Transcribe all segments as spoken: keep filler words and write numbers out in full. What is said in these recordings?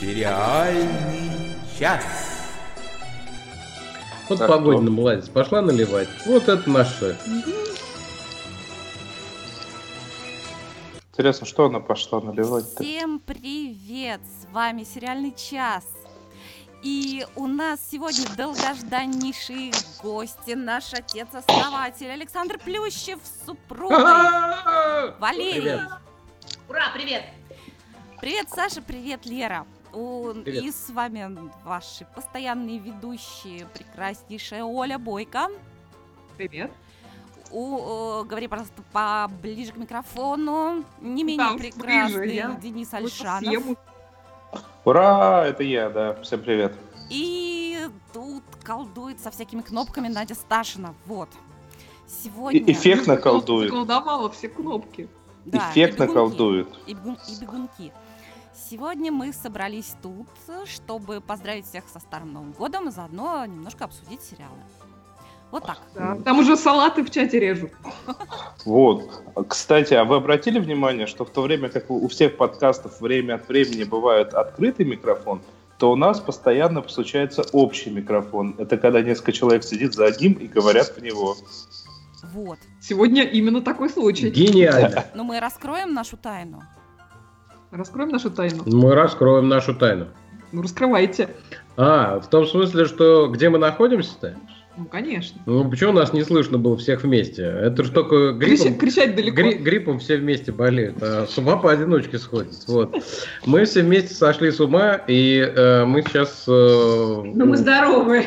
Сериальный час. Вот погодина, молодец, пошла наливать. Вот это наш шеф. Интересно, что она пошла наливать-то? Всем привет! С вами Сериальный час. И у нас сегодня долгожданнейшие гости. Наш отец-основатель Александр Плющев с супругой Валерий. Привет. Ура, привет! Привет, Саша, привет, Лера. У... Привет. И с вами ваши постоянные ведущие, прекраснейшая Оля Бойко. Привет. У, о, говори, пожалуйста, поближе к микрофону. Не менее Да, прекрасный ближе, я Денис вот Альшанов. съем. Ура, это я, да. Всем привет. И тут колдует со всякими кнопками Надя Сташина. Вот. Сегодня... И- эффектно колдует. Заколдовала все кнопки. Да, Эффектно и бегунки, колдует. И, бегун- и бегунки. Сегодня мы собрались тут, чтобы поздравить всех со Старым Новым Годом и заодно немножко обсудить сериалы. Вот так. Да. Там уже салаты в чате режут. Вот. Кстати, а вы обратили внимание, что в то время, как у всех подкастов время от времени бывает открытый микрофон, то у нас постоянно случается общий микрофон. Это когда несколько человек сидит за одним и говорят в него. Вот. Сегодня именно такой случай. Гениально. Но мы раскроем нашу тайну. Раскроем нашу тайну. Мы раскроем нашу тайну. Ну, раскрывайте. А, в том смысле, что где мы находимся-то? Ну, конечно. Ну, почему нас не слышно было всех вместе? Это же только гриппом, Кричать, кричать далеко. гри- гриппом все вместе болеют, а с ума поодиночке сходят. Вот. Мы все вместе сошли с ума, и э, мы сейчас... Э, Ну, мы здоровы.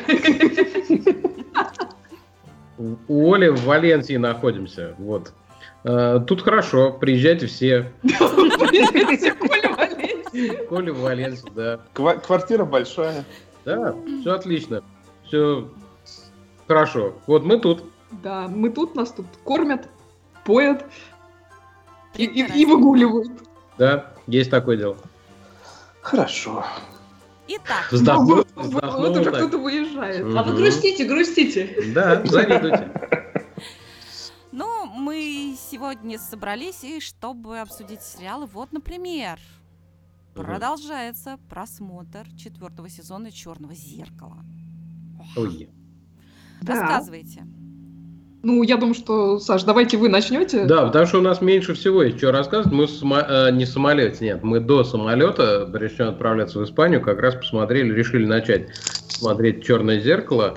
у, у Оли в Валенсии находимся. Вот. Э, тут хорошо, приезжайте все. Все, Коля, Валенсия. Коля в Валенсии, да. Ква- квартира большая. Да, все отлично. Все хорошо. Вот мы тут. Да, мы тут, нас тут кормят, поят и, и- Прекрасно. и выгуливают. Да, есть такое дело. Хорошо. Итак, Вздохнул, Вот, вот, вздохнул вот уже так. кто-то выезжает. Мгм. А вы грустите, грустите. Да, завидуйте. ну, мы сегодня собрались, и чтобы обсудить сериалы, вот, например, Мгм. продолжается просмотр четвертого сезона «Черного зеркала». Ой. Да. Рассказывайте. Ну, я думаю, что, Саш, давайте вы начнете. Да, потому что у нас меньше всего есть что рассказывать. Мы в само- э, не в самолете, нет, мы до самолета, прежде чем отправляться в Испанию, как раз посмотрели, решили начать смотреть «Черное зеркало».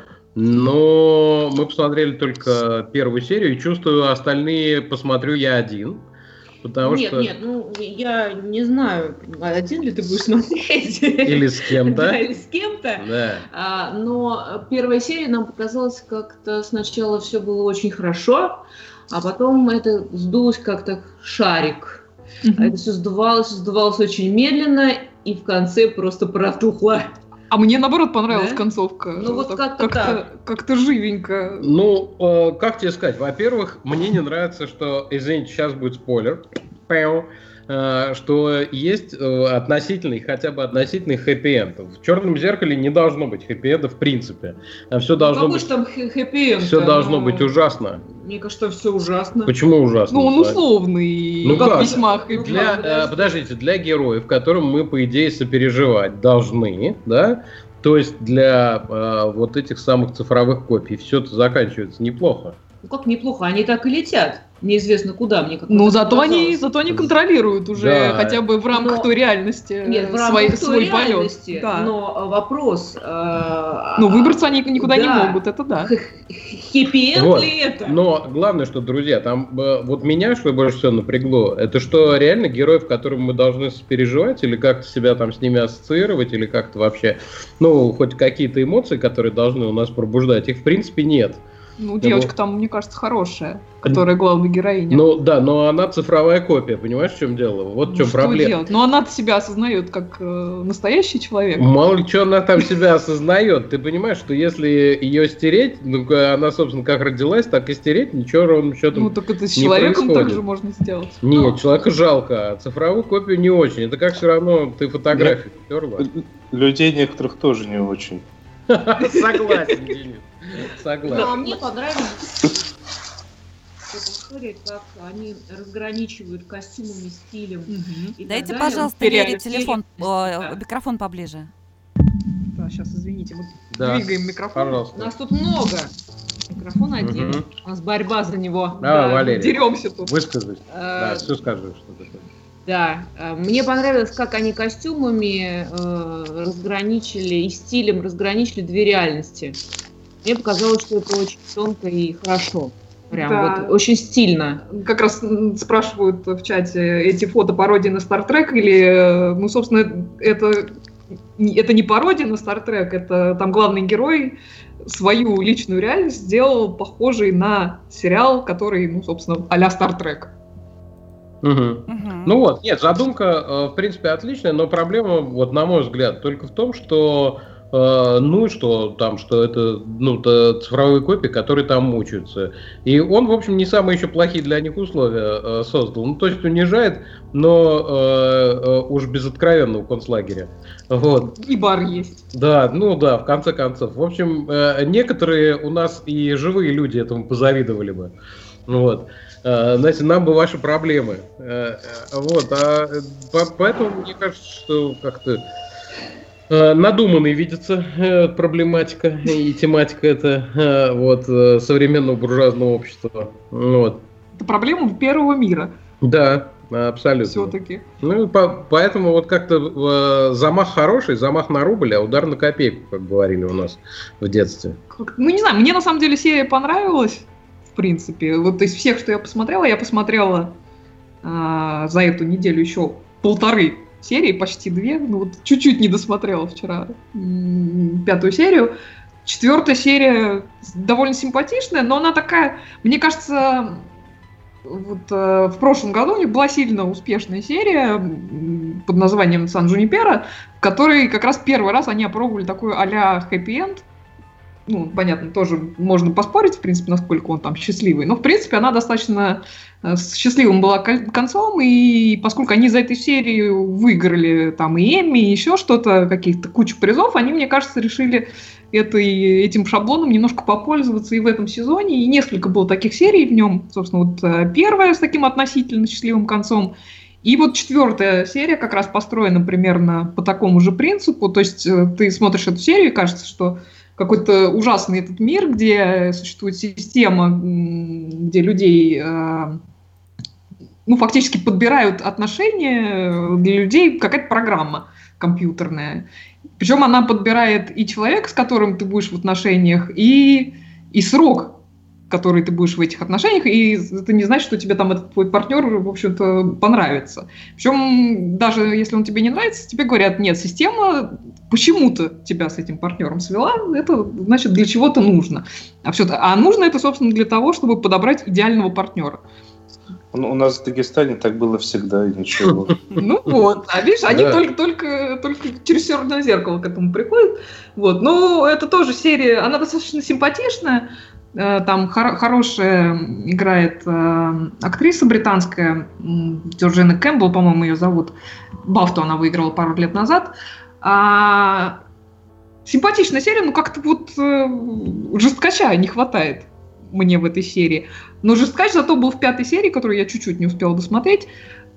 Но мы посмотрели только первую серию, и чувствую, остальные посмотрю я один. Потому нет, что... нет, ну я не знаю, один ли ты будешь смотреть. Или с кем-то. Да, или с кем-то. Да. А, но первая серия нам показалась как-то сначала все было очень хорошо, а потом это сдулось как-то шарик. Мгм. Это все сдувалось, сдувалось очень медленно, и в конце просто протухло. А мне, наоборот, понравилась Да? концовка. Ну, вот Так- как-то как-то, как-то живенько. Ну, э, как тебе сказать? Во-первых, мне не нравится, что, извините, сейчас будет спойлер, Пяу. Э, что есть э, относительный, хотя бы относительный хэппи-энд. В «Черном зеркале» не должно быть хэппи-энда в принципе. Все должно Какой быть, же там хэ- хэппи-энд? все должно Ну, быть ужасно. Мне кажется, все ужасно. Почему ужасно? Ну, он условный, Ну как как? весьма Ну, хэппи. Для, э, подождите, для героев, которым мы, по идее, сопереживать должны, да, то есть для э, вот этих самых цифровых копий, все это заканчивается неплохо. Ну как неплохо, они так и летят. Неизвестно куда, мне как Ну, зато они, зато они контролируют уже Да. хотя бы в рамках Но- той реальности Нет, в рамках свой, той свой полет. реальности, Да. но вопрос... э, Ну, выбраться они никуда не да. могут, это да. х- Хэппи-энд Вот. ли это? Но главное, что, друзья, там э, вот меня, что больше всего напрягло, это что реально героев, которым мы должны сопереживать, или как-то себя там с ними ассоциировать, или как-то вообще, ну, хоть какие-то эмоции, которые должны у нас пробуждать, их в принципе нет. Ну, девочка вот- там, мне кажется, хорошая, которая главная героиня. Ну, да, но она цифровая копия, понимаешь, в чем дело? Вот в Ну, чем что проблема. делать? Ну, она себя осознает как э, настоящий человек. Мало ли, что она там себя осознает. Ты понимаешь, что если ее стереть, ну, она, собственно, как родилась, так и стереть, ничего ровным счетом Ну, так это с не человеком происходит. также можно сделать. Нет, человека жалко, а цифровую копию не очень. Это как все равно ты фотографию стерла. Людей некоторых тоже не очень. Согласен, Денис. Да, Согласен. мне понравилось. посмотреть, как они разграничивают костюмами, стилем. Мгм. и Дайте, так далее. пожалуйста, Реально, Лере телефон, серия- э, микрофон поближе. Да, сейчас, извините, мы Да, двигаем микрофон. У пожалуйста. нас тут много. Микрофон один. Мгм. У нас борьба за него. Да, Валерия, Деремся тут. выскажись. Э, Да, все скажи, что такое. Да, э, мне понравилось, как они костюмами э, разграничили и стилем разграничили две реальности. Мне показалось, что это очень тонко и хорошо. Прям Да. вот очень стильно. Как раз м, спрашивают в чате, эти фото пародии на Star Trek или, э, ну, собственно, это, не- это не пародия на Star Trek, это там главный герой свою личную реальность сделал похожей на сериал, который, ну, собственно, а-ля Star Trek. Мгм. Мгм. Ну вот, нет, задумка, э, в принципе, отличная, но проблема, вот на мой взгляд, только в том, что, э, ну, что там, что это, ну, то цифровые копии, которые там мучаются. И он, в общем, не самые еще плохие для них условия э, создал. Ну, то есть унижает, но э, э, уж без откровенного концлагеря. Вот. И бар есть. Да, ну да, в конце концов. В общем, э, некоторые у нас и живые люди этому позавидовали бы. Вот. Э, Знаете, нам бы ваши проблемы. Э, э, Вот. А э, по- поэтому мне кажется, что как-то э, надуманной видится э, проблематика и тематика это э, вот э, современного буржуазного общества. Вот. Это проблема первого мира Да, абсолютно. все-таки. Ну, по- поэтому вот как-то э, замах хороший, замах на рубль, а удар на копейку, как говорили у нас в детстве. Как- Ну, не знаю, мне на самом деле серия понравилась, в принципе. Вот из всех, что я посмотрела, я посмотрела а, за эту неделю еще полторы серии, почти две. Ну, вот чуть-чуть не досмотрела вчера м, пятую серию. Четвертая серия довольно симпатичная, но она такая, мне кажется, вот э, в прошлом году у них была сильно успешная серия м, под названием «Сан Джунипера», в которой как раз первый раз они опробовали такой а-ля хэппи-энд. Ну, понятно, тоже можно поспорить, в принципе, насколько он там счастливый. Но, в принципе, она достаточно э, с счастливым была кон- концом. И поскольку они за эту серию выиграли там и Эмми, и еще что-то, каких-то кучу призов, они, мне кажется, решили этой, этим шаблоном немножко попользоваться и в этом сезоне. И несколько было таких серий в нем. Собственно, вот э, первая с таким относительно счастливым концом. И вот четвертая серия как раз построена примерно по такому же принципу. То есть э, ты смотришь эту серию и кажется, что какой-то ужасный этот мир, где существует система, м, где людей, э, ну, фактически подбирают отношения для людей, какая-то программа компьютерная. Причем она подбирает и человека, с которым ты будешь в отношениях, и, и срок, который ты будешь в этих отношениях, и это не значит, что тебе там этот твой партнер, в общем-то, понравится. Причем даже если он тебе не нравится, тебе говорят, нет, система почему-то тебя с этим партнером свела, это значит для чего-то нужно. А, все, а нужно это, собственно, для того, чтобы подобрать идеального партнера. Ну, у нас в Дагестане так было всегда, и ничего. Ну вот, а видишь, они Да. только, только, только через черное зеркало к этому приходят. Вот. Но это тоже серия, она достаточно симпатичная. Э, Там хор- хорошая играет э, актриса британская, м, Джорджина Кэмпбелл, по-моему, ее зовут. Бафту она выиграла пару лет назад. А, симпатичная серия, но как-то вот э, жесткача не хватает мне в этой серии. Но жесткач зато был в пятой серии, которую я чуть-чуть не успела досмотреть,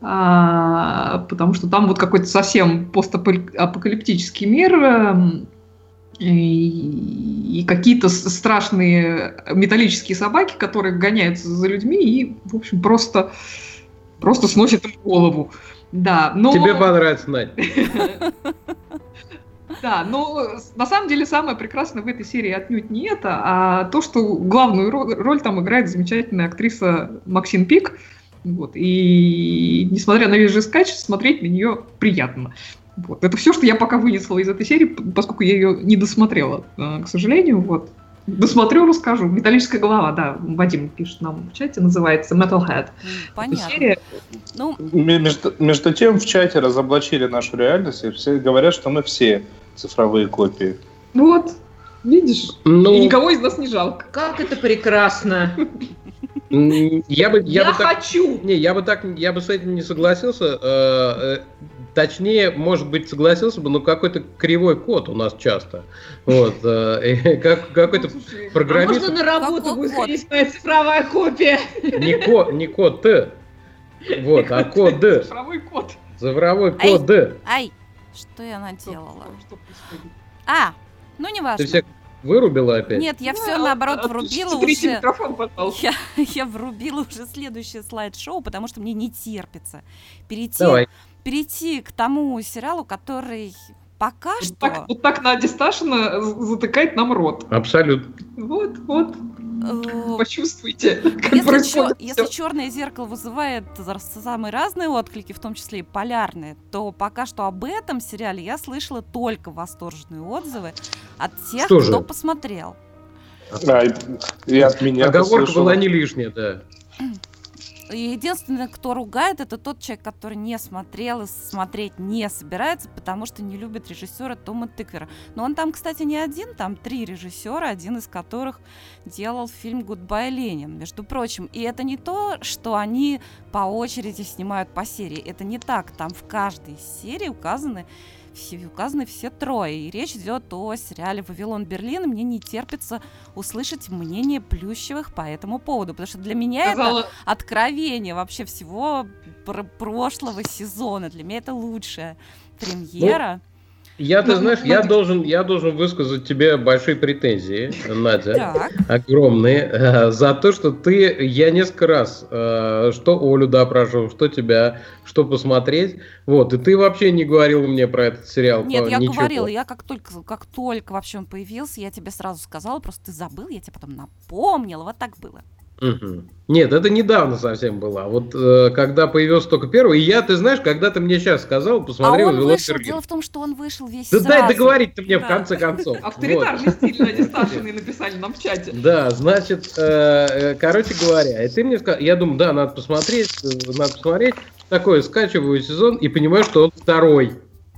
а, потому что там вот какой-то совсем постапокалиптический мир э, и, и какие-то с- страшные металлические собаки, которые гоняются за людьми и, в общем, просто, просто сносят им голову. Да, но... Тебе понравится, Надь. Да, но на самом деле самое прекрасное в этой серии отнюдь не это, а то, что главную ро- роль там играет замечательная актриса Максин Пик. Вот, и несмотря на весь жесткач, смотреть на нее приятно. Вот. Это все, что я пока вынесла из этой серии, поскольку я ее не досмотрела, э, к сожалению. Вот. Досмотрю, расскажу. «Металлическая голова», да, Вадим пишет нам в чате, называется Metalhead. М, Эта Понятно. серия. Ну, М- Между, между тем в чате разоблачили нашу реальность, и все говорят, что мы все цифровые копии. Вот, видишь? И Ну, никого из нас не жалко. Как это прекрасно! м, я бы, я Я, бы так, хочу! не, я бы так, я бы с этим не согласился. Э, э, точнее, может быть, согласился бы, но какой-то кривой код у нас часто. Вот, э, как, какой-то программист... А можно на работу будет ходить моя цифровая копия? Не код, не код Т, вот, а код Д. Цифровой код. Цифровой код Д. Ай, что я наделала? А, ну не важно. Ты всех вырубила опять? Нет, я все наоборот врубила уже. Я, я врубила уже следующее слайд-шоу, потому что мне не терпится перейти, перейти к тому сериалу, который пока вот что... Так, вот так Надя Сташина затыкает нам рот. Абсолютно. Вот, вот. Почувствуйте, как если, происходит чё, если «Черное зеркало» вызывает самые разные отклики, в том числе и полярные, то пока что об этом сериале я слышала только восторженные отзывы от тех, что кто же? посмотрел. А, и от меня Оговорка была не лишняя, да. Единственный, кто ругает, это тот человек, который не смотрел и смотреть не собирается, потому что не любит режиссера Тома Тыквера. Но он там, кстати, не один, там три режиссера, один из которых делал фильм «Гудбай, Ленин», между прочим. И это не то, что они по очереди снимают по серии. Это не так. Там в каждой серии указаны все, указаны все трое. И речь идет о сериале «Вавилон Берлин». Мне не терпится услышать мнение Плющевых по этому поводу, потому что для меня Сказала... это откровение вообще всего пр- прошлого сезона. Для меня это лучшая премьера. Ну, я, ты знаешь, я должен, я должен высказать тебе большие претензии, Надя, огромные, за то, что ты, я несколько раз, что Олю допрашивал, что тебя, что посмотреть, вот, и ты вообще не говорил мне про этот сериал. Нет, я говорила, я как только, как только вообще он появился, я тебе сразу сказала, просто ты забыл, я тебе потом напомнила, вот так было. Угу. Нет, это недавно совсем было. Вот э, когда появился только первый, и я, ты знаешь, когда ты мне сейчас сказал, посмотрел... А он вышел, Берлин. Дело в том, что он вышел весь да сразу. Дай договорить-то мне да. в конце концов. Авторитарный стиль Нади Сташиной написали нам в чате. Да, значит, э, короче говоря, и ты мне сказал, я думаю, да, надо посмотреть, надо посмотреть, такой, скачиваю сезон и понимаю, что он второй.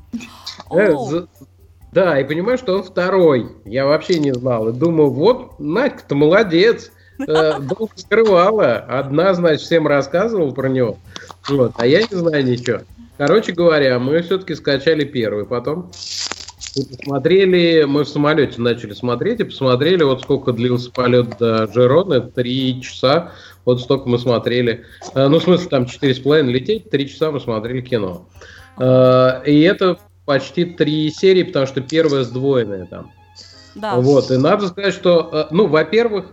Да, и понимаю, что он второй. Я вообще не знал. И думаю, вот, Надька-то молодец. Долго скрывала. Одна, значит, всем рассказывала про него. Вот, а я не знаю ничего. Короче говоря, мы все-таки скачали первый. Потом посмотрели, мы в самолете начали смотреть и посмотрели, вот сколько длился полет до Жерона. Три часа. Вот столько мы смотрели. Ну, в смысле, там четыре с половиной лететь, три часа мы смотрели кино. И это почти три серии, потому что первая сдвоенная там. Да. Вот, и надо сказать, что, ну, во-первых,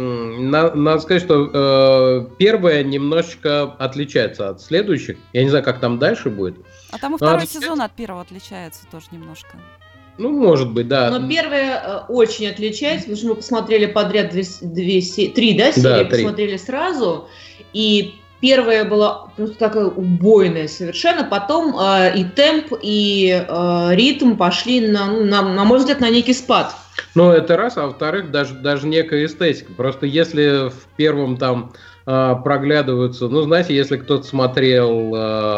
на, надо сказать, что э, первая немножечко отличается от следующих. Я не знаю, как там дальше будет. А там и второй надо... сезон от первого отличается тоже немножко. Ну, может быть, да. Но первая э, очень отличается, потому что мы посмотрели подряд две, две, три, да, серии, да, три. Посмотрели сразу, и первая была просто такая убойная совершенно, потом э, и темп, и э, ритм пошли, на, на, на мой взгляд, на некий спад. Ну, это раз, а во-вторых, даже, даже некая эстетика. Просто если в первом там э, проглядываются, ну, знаете, если кто-то смотрел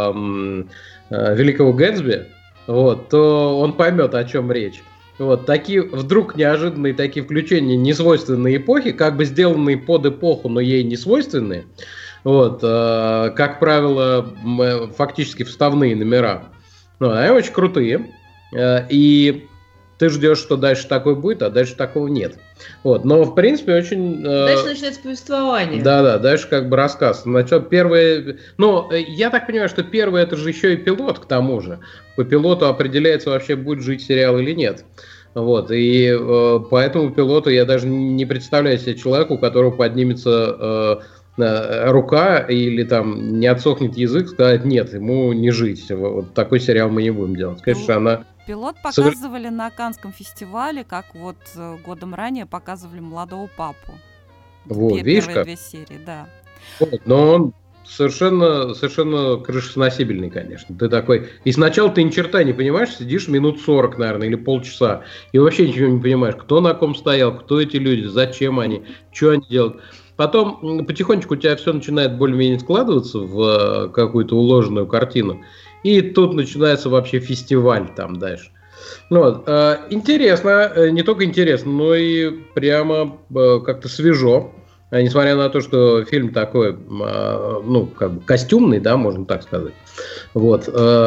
э, э, «Великого Гэтсби», вот, то он поймет, о чем речь. Вот, такие вдруг неожиданные такие включения несвойственной эпохи, как бы сделанные под эпоху, но ей не свойственные, вот, э, как правило, фактически вставные номера. Ну, они очень крутые. Э, и ты ждешь, что дальше такое будет, а дальше такого нет. Вот, но, в принципе, очень... Э, дальше начинается повествование. Да-да, дальше как бы рассказ. Значит, первое... Ну, я так понимаю, что первое, это же еще и пилот, к тому же. По пилоту определяется, вообще будет жить сериал или нет. Вот, и э, по этому пилоту я даже не представляю себе человека, у которого поднимется... Э, рука или там не отсохнет язык, сказать нет, ему не жить. Вот такой сериал мы не будем делать. Конечно, она... Пилот показывали Совер... на Каннском фестивале, как вот годом ранее показывали «Молодого папу». Вот, Две, видишь первые как? две серии, да. Вот, но он совершенно, совершенно крышесносибельный, конечно. Ты такой... И сначала ты ни черта не понимаешь, сидишь минут сорок, наверное, или полчаса, и вообще ничего не понимаешь, кто на ком стоял, кто эти люди, зачем они, что они делают. Потом потихонечку у тебя все начинает более-менее складываться в какую-то уложенную картину. И тут начинается вообще фестиваль там дальше. Вот. Интересно, не только интересно, но и прямо как-то свежо. несмотря на то, что фильм такой, ну, как бы костюмный, да, можно так сказать, вот,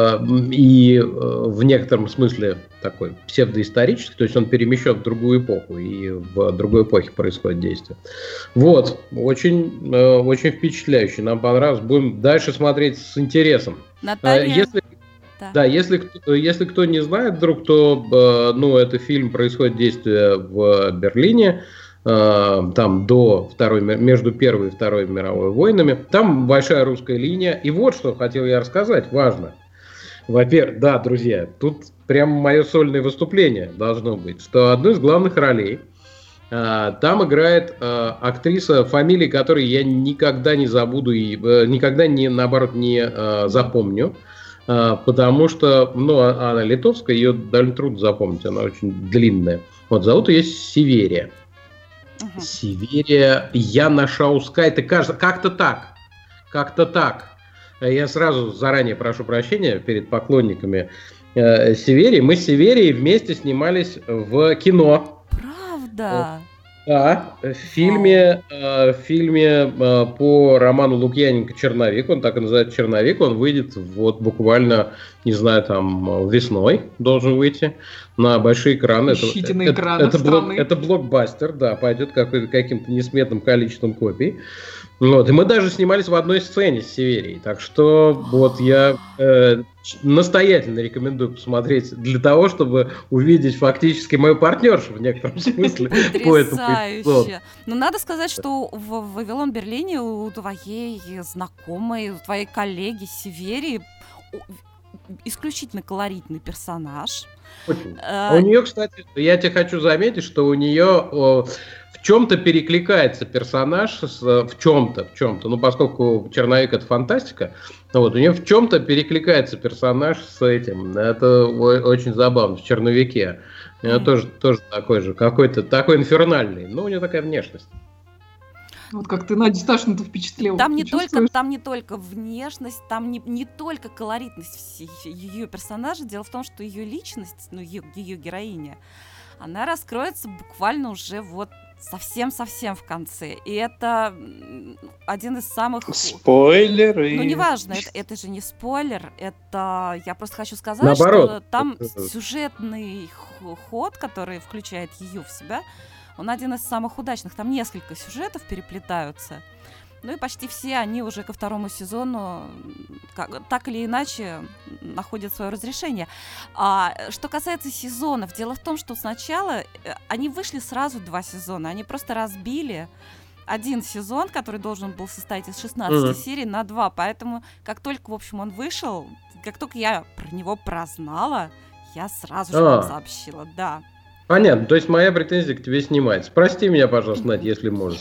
и в некотором смысле такой псевдоисторический, то есть он перемещен в другую эпоху, и в другой эпохе происходит действие. Вот, очень, очень впечатляющий, нам понравилось, будем дальше смотреть с интересом. Наталья... Если... Да, да если, если кто не знает вдруг, то, ну, это фильм, происходит действие в Берлине, там до второй, между Первой и Второй мировой войнами. Там большая русская линия. И вот что хотел я рассказать, важно. Во-первых, да, друзья, тут прямо мое сольное выступление должно быть, что одну из главных ролей там играет актриса, фамилии которой я никогда не забуду и никогда, не, наоборот, не запомню. Потому что, ну, она литовская, ее довольно трудно запомнить, она очень длинная. Вот, зовут ее Северия. Uh-huh. Северия Яна Шаускайте, кажется, как-то так, как-то так. Я сразу заранее прошу прощения перед поклонниками э, Северии. Мы с Северией вместе снимались в кино. Правда? Да, в фильме, э, в фильме э, по роману Лукьяненко «Черновик», он так и называется «Черновик», он выйдет вот буквально, не знаю, там весной должен выйти на большие экраны. Ищите это, на это, экраны это, страны. блок, это блокбастер, да, пойдет каким-то несметным количеством копий. Вот, и мы даже снимались в одной сцене с Северией, так что вот я э, настоятельно рекомендую посмотреть для того, чтобы увидеть фактически мою партнершу в некотором смысле по этому эпизоду. Но надо сказать, что в «Вавилон Берлине» у твоей знакомой, у твоей коллеги Северии исключительно колоритный персонаж. Очень. А у нее, кстати, я тебе хочу заметить, что у нее о, в чем-то перекликается персонаж, с, в чем-то, в чем-то, ну, поскольку «Черновик» — это фантастика, вот, у нее в чем-то перекликается персонаж с этим, это очень забавно, в «Черновике». У нее mm. тоже, тоже такой же, какой-то такой инфернальный, но у нее такая внешность. Вот как ты, Надя Сташина-то впечатлила. Там не, только, там не только внешность, там не, не только колоритность ее персонажа. Дело в том, что ее личность, ну, ее, ее героиня, она раскроется буквально уже вот совсем-совсем в конце. И это один из самых... Спойлеры! Ну, неважно, это, это же не спойлер. Это, я просто хочу сказать, наоборот, что там сюжетный ход, который включает ее в себя, он один из самых удачных. Там несколько сюжетов переплетаются. Ну и почти все они уже ко второму сезону как, так или иначе находят свое разрешение. А что касается сезонов, дело в том, что сначала они вышли сразу два сезона. Они просто разбили один сезон, который должен был состоять из шестнадцати mm-hmm. серий, на два. Поэтому как только, в общем, он вышел, как только я про него прознала, я сразу же а. вам сообщила, да. Понятно, то есть моя претензия к тебе снимается. Прости меня, пожалуйста, Надя, если можешь.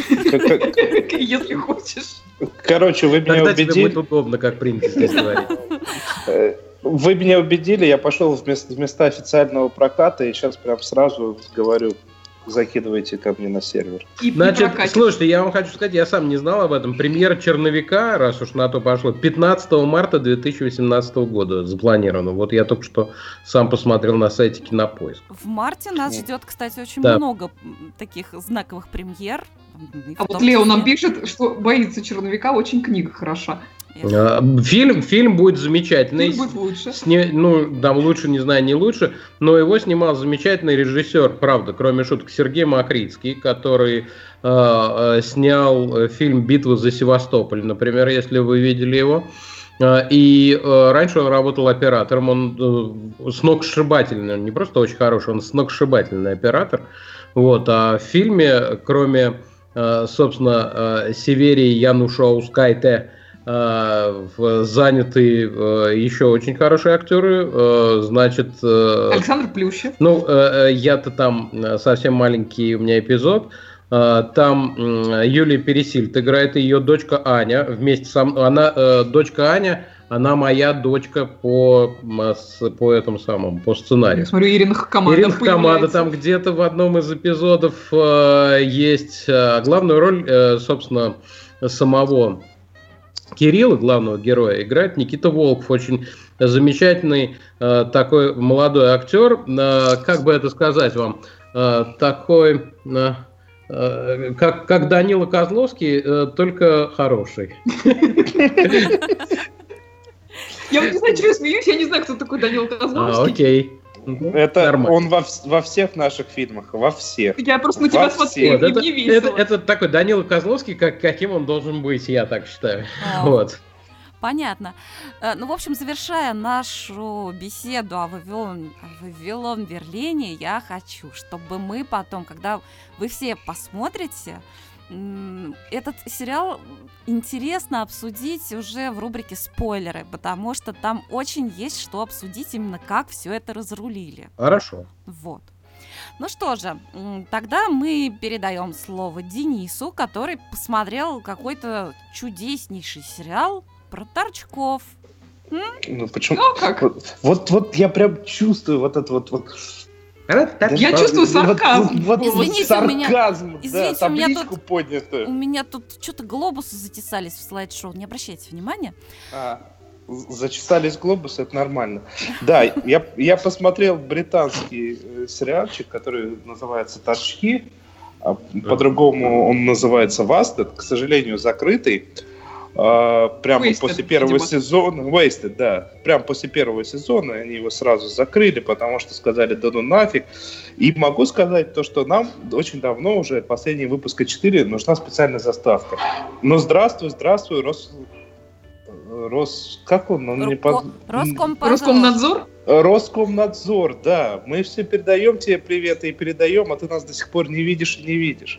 Если хочешь. Короче, вы меня убедили. Тогда тебе будет удобно, как принято здесь говорить. Вы меня убедили, я пошел в места официального проката, и сейчас прям сразу говорю, закидывайте ко мне на сервер. И Значит, слушайте, я вам хочу сказать, я сам не знал об этом. Премьера «Черновика», раз уж на то пошло, пятнадцатого марта две тысячи восемнадцатого года запланировано. Вот я только что сам посмотрел на сайте «Кинопоиск». В марте нас ждет, кстати, очень да. много таких знаковых премьер. А вот Лео нам пишет, что боится «Черновика», очень книга хороша. Фильм, фильм будет замечательный. Фильм будет лучше. Сни, ну, там лучше, не знаю, не лучше, но его снимал замечательный режиссер, правда, кроме шуток, Сергей Макритский, который э, э, снял фильм «Битва за Севастополь», например, если вы видели его. И э, раньше он работал оператором, он э, сногсшибательный, он не просто очень хороший, он сногсшибательный оператор. Вот, а в фильме, кроме, э, собственно, э, Северии Янушаускайте, заняты еще очень хорошие актеры, значит... Александр Плющев. Ну, я-то там совсем маленький у меня эпизод. Там Юлия Пересильд играет, ее дочка Аня вместе со мной. Она, дочка Аня, она моя дочка по, по этому самому, по сценарию. Я смотрю, Ирина Хакамада. Ирина Хакамада там где-то в одном из эпизодов есть главную роль, собственно, самого Кирилла, главного героя, играет Никита Волков, очень замечательный э, такой молодой актер, э, как бы это сказать вам, э, такой, э, э, как, как Данила Козловский, э, только хороший. Я не знаю, чего я смеюсь, я не знаю, кто такой Данила Козловский. А, окей. Это Нормально. он во, во всех наших фильмах, во всех. Я просто на тебя Во смотрела, Вот, и это, мне весело. это, это такой Данила Козловский, как, каким он должен быть, я так считаю. А. Вот. Понятно. Э, Ну, в общем, завершая нашу беседу о Вавилон, о Вавилон Берлине, я хочу, чтобы мы потом, когда вы все посмотрите, м, этот сериал интересно обсудить уже в рубрике «Спойлеры», потому что там очень есть что обсудить, именно как все это разрулили. Хорошо. Вот. Ну что же, м, тогда мы передаем слово Денису, который посмотрел какой-то чудеснейший сериал про торчков. Ну, почему? Ну, как? Вот, вот, вот я прям чувствую вот это вот... вот Я чувствую сарказм. Вот, вот, вот Извините, у меня- сарказм, извините, да, у меня табличку тут- поднятую. У меня тут что-то глобусы затесались в слайд-шоу, не обращайте внимания. А, зачесались глобусы, это нормально. Да, я, я посмотрел британский э, сериальчик, который называется «Торчки». А по-другому он называется «Wasted», к сожалению, закрытый. А, прямо Wasted, после первого видимо. сезона... Wasted, да. Прямо после первого сезона они его сразу закрыли, потому что сказали, да ну нафиг. И могу сказать то, что нам очень давно, уже последний выпуска четыре, нужна специальная заставка. Ну, здравствуй, здравствуй, Рос... Рос... Как он? он не Руско- поз- Роскомпозор. Роскомнадзор? Роскомнадзор, да. Мы все передаем тебе привет и передаем, а ты нас до сих пор не видишь и не видишь.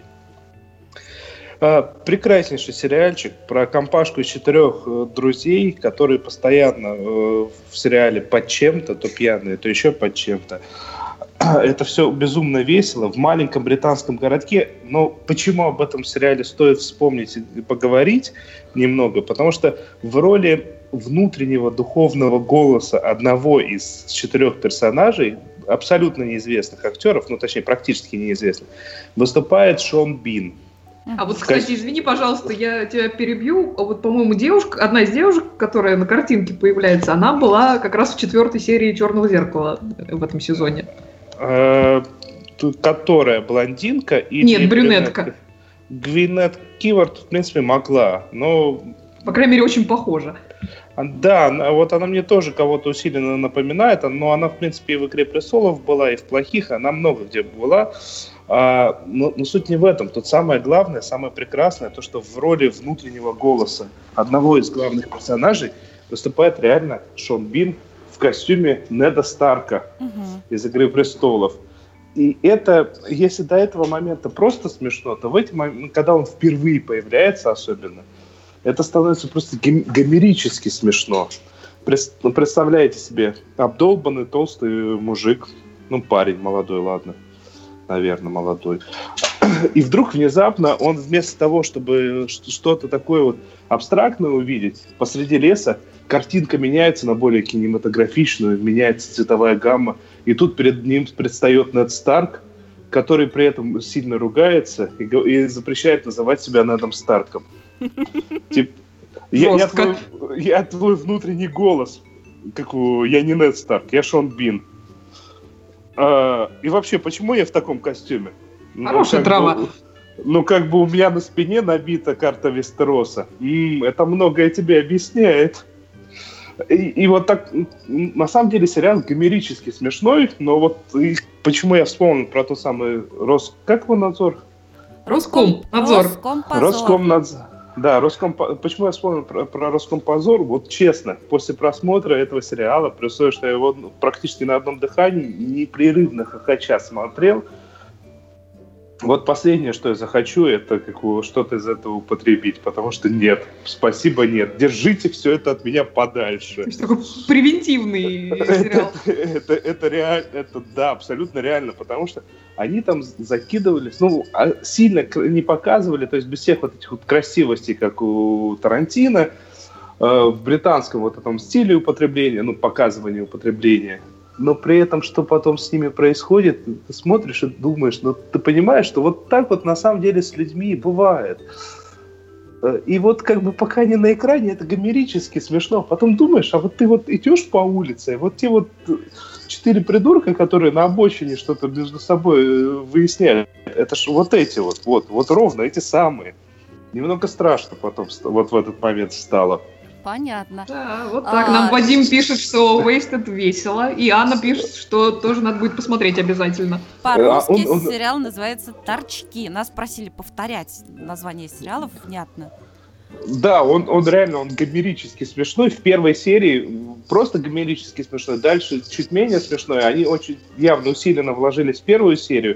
А, прекраснейший сериальчик про компашку из четырех э, друзей, которые постоянно э, в сериале под чем-то, то пьяные, то еще под чем-то. Это все безумно весело в маленьком британском городке. Но почему об этом сериале стоит вспомнить и поговорить немного? Потому что в роли внутреннего духовного голоса одного из четырех персонажей, абсолютно неизвестных актеров, ну точнее практически неизвестных, выступает Шон Бин. А вот, кстати, извини, пожалуйста, я тебя перебью. А вот, по-моему, девушка, одна из девушек, которая на картинке появляется, она была как раз в четвертой серии «Черного зеркала» в этом сезоне. Э, тут которая блондинка или Нет, брюнетка. Гвинет Кивард, в принципе, могла, но... По крайней мере, очень похожа. Да, она- вот она мне тоже кого-то усиленно напоминает, но она, в принципе, и в «Игре престолов» была, и в «Плохих», она много где была. А, но, но суть не в этом. Тут самое главное, самое прекрасное, то, что в роли внутреннего голоса одного из главных персонажей выступает реально Шон Бин в костюме Неда Старка Мгм. из «Игры престолов». И это, если до этого момента просто смешно, то в эти моменты, когда он впервые появляется особенно, это становится просто гом- гомерически смешно. Прес- ну, представляете себе, обдолбанный толстый мужик, ну парень молодой, ладно, наверное, молодой. И вдруг внезапно он вместо того, чтобы ш- что-то такое вот абстрактное увидеть, посреди леса картинка меняется на более кинематографичную, меняется цветовая гамма, и тут перед ним предстает Нед Старк, который при этом сильно ругается и, го- и запрещает называть себя Недом Старком. Тип, я, я Жестко. твой, я твой внутренний голос. Как у, я не Нед Старк, я Шон Бин. А, и вообще, почему я в таком костюме? Ну, Хорошая как трава. бы- ну, как бы у меня на спине набита карта Вестероса. М, это многое тебе объясняет. И, и вот так, м, на самом деле, сериал гомерически смешной, но вот и почему я вспомнил про тот самый Рос... Как его надзор? Роскомнадзор. Роскомпозор. Роскомнадзор. Да, Роском... почему я вспомнил про, про Роскомпозор? Вот честно, после просмотра этого сериала, при условии, что я его ну, практически на одном дыхании непрерывно хохоча смотрел, вот последнее, что я захочу, это как бы что-то из этого употребить, потому что нет, спасибо, нет. Держите все это от меня подальше. То есть такой превентивный сериал. Это, это, это реально, это да, абсолютно реально, потому что они там закидывались, ну, а сильно кр- не показывали, то есть без всех вот этих вот красивостей, как у Тарантино, э, в британском вот этом стиле употребления, ну, показывания употребления, но при этом, что потом с ними происходит, ты смотришь и думаешь, ну, ты понимаешь, что вот так вот на самом деле с людьми и бывает. И вот как бы пока они на экране, это гомерически смешно. Потом думаешь, а вот ты вот идешь по улице, вот те вот четыре придурка, которые на обочине что-то между собой выясняют, это ж вот эти вот, вот, вот ровно эти самые. Немного страшно потом вот в этот момент стало. Понятно. Да, вот так. А... Нам Вадим пишет, что Wasted весело, и Анна пишет, что тоже надо будет посмотреть обязательно. По-русски а он, он... сериал называется «Торчки». Нас просили повторять название сериалов внятно. Да, он, он реально, он гомерически смешной. В первой серии просто гомерически смешной. Дальше чуть менее смешной. Они очень явно усиленно вложились в первую серию.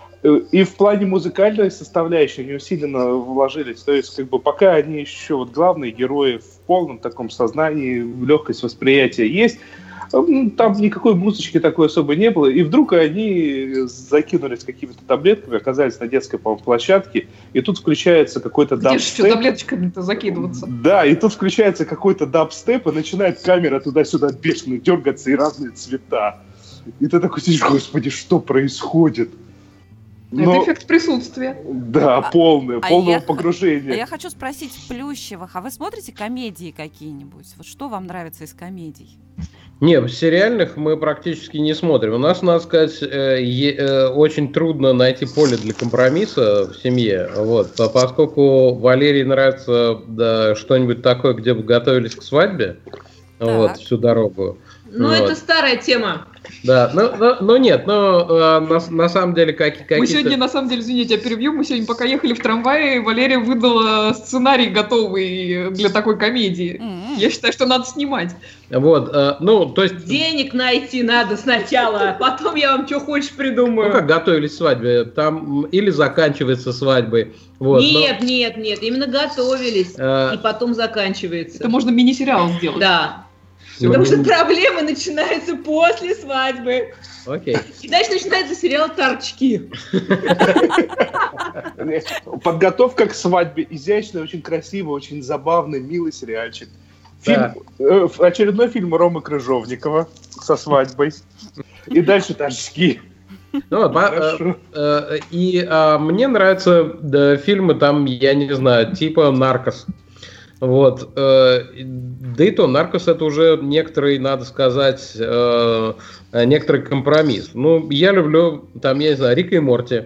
И в плане музыкальной составляющей они усиленно вложились. То есть, как бы, пока они еще вот главные герои в полном таком сознании, легкость восприятия есть, там никакой музычки такой особо не было. И вдруг они закинулись какими-то таблетками, оказались на детской, по-моему, площадке, и тут включается какой-то дабстеп. Где же таблеточками-то закидываться? Да, и тут включается какой-то дабстеп, и начинает камера туда-сюда бешено дергаться, и разные цвета. И ты такой сидишь, господи, что происходит? Но... Это эффект присутствия. Да, полное, а полного я, погружения. А я хочу спросить Плющевых, а вы смотрите комедии какие-нибудь? Вот что вам нравится из комедий? Нет, сериальных мы практически не смотрим. У нас, надо сказать, э, э, очень трудно найти поле для компромисса в семье. Вот, поскольку Валерии нравится да, что-нибудь такое, где бы готовились к свадьбе, вот, всю дорогу. Ну, вот. Это старая тема. Да, но, но, но нет, но э, на, на самом деле как, какие-то... Мы сегодня, на самом деле, извините, я перебью, мы сегодня пока ехали в трамвае, Валерия выдала сценарий готовый для такой комедии. Mm-hmm. Я считаю, что надо снимать. Вот, э, ну, то есть... Денег найти надо сначала, потом я вам что хочешь придумаю. Ну, как готовились к свадьбе, там или заканчивается свадьбой. Вот, нет, но... нет, нет, именно готовились, а... и потом заканчивается. Это можно мини-сериал сделать. Да. Потому что проблемы начинаются после свадьбы. Окей. И дальше начинается сериал «Торчки». Подготовка к свадьбе. Изящный, очень красивый, очень забавный, милый сериальчик. Фильм, э, очередной фильм Ромы Крыжовникова со свадьбой. И дальше «Торчки». Ну, э, э, и э, мне нравятся да, фильмы там, я не знаю, типа «Наркос». Вот, э, да и то, «Наркос» — это уже некоторый, надо сказать, э, некоторый компромисс. Ну, я люблю, там, я не знаю, Рика и Морти,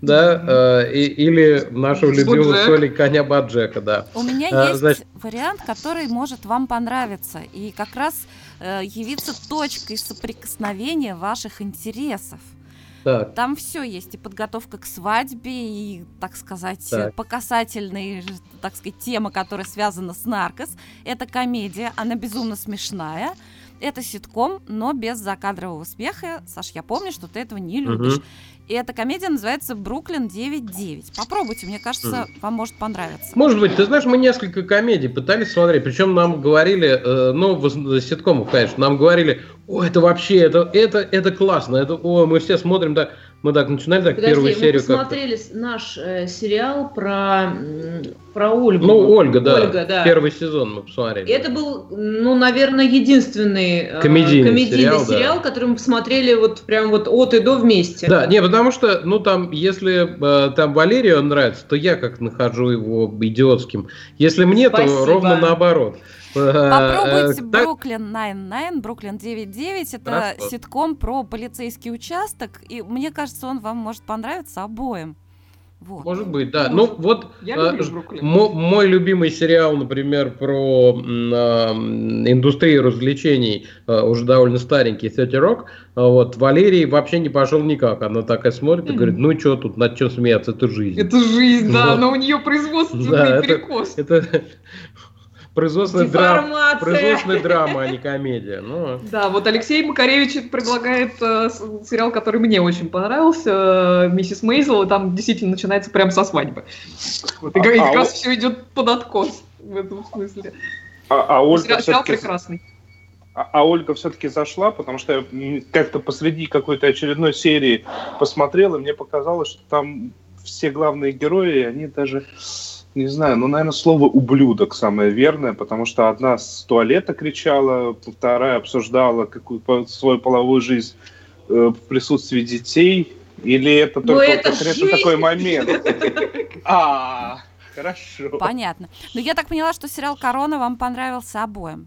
да, э, и, или нашего любимого с Олей коня Боджека, да. У меня а, есть значит... вариант, который может вам понравиться, и как раз э, явиться точкой соприкосновения ваших интересов. Так. Там все есть, и подготовка к свадьбе, и, так сказать, так. по касательной, так сказать, темы, которая связана с «Наркос». Это комедия, она безумно смешная. Это ситком, но без закадрового смеха. Саш, я помню, что ты этого не любишь. Угу. И эта комедия называется «Бруклин девять девять». Попробуйте, мне кажется, mm. вам может понравиться. Может быть. Ты знаешь, мы несколько комедий пытались смотреть. Причем нам говорили, э, ну, в ситкомах, конечно, нам говорили, о, это вообще, это, это, это классно. Это, о, мы все смотрим, да. Мы так начинали, так, Подожди, первую мы серию. Мы посмотрели как-то. наш э, сериал про, про Ольгу. Ну, Ольга, да. Ольга, да. Первый сезон мы посмотрели. Это был, ну, наверное, единственный э, комедийный, комедийный сериал, сериал да. который мы посмотрели вот прям вот от и до вместе. Да, не, потому что, ну, там, если э, там Валерию он нравится, то я как нахожу его идиотским. Если мне, Спасибо. то ровно наоборот. Попробуйте Бруклин девять девять, Бруклин девять девять. Это Хорошо. ситком про полицейский участок, и мне кажется, он вам может понравиться обоим. Вот. Может быть, да. Ну, вот я э, люблю Бруклин. М- мой любимый сериал, например, про э, индустрию развлечений, э, уже довольно старенький, тридцать Rock, вот, Валерий вообще не пошел никак. Она такая смотрит и говорит, ну что тут, над чем смеяться, это жизнь. Это жизнь, да, вот. Но у нее производственный да, перекос. Это... это... Производственная, драма, производственная драма, а не комедия. Ну. Да, вот Алексей Макаревич предлагает э, сериал, который мне очень понравился, э, «Миссис Мейзел», и там действительно начинается прямо со свадьбы. Вот, и, а, и как а раз он... все идет под откос в этом смысле. А, а Ольга сериал, сериал все-таки... прекрасный. А, а Ольга все-таки зашла, потому что я как-то посреди какой-то очередной серии посмотрел, и мне показалось, что там все главные герои, они даже... Не знаю, ну, наверное, слово «ублюдок» самое верное, потому что одна с туалета кричала, вторая обсуждала какую свою половую жизнь э, в присутствии детей, или это только это конкретно такой момент? А, Хорошо. Понятно. Но я так поняла, что сериал «Корона» вам понравился обоим.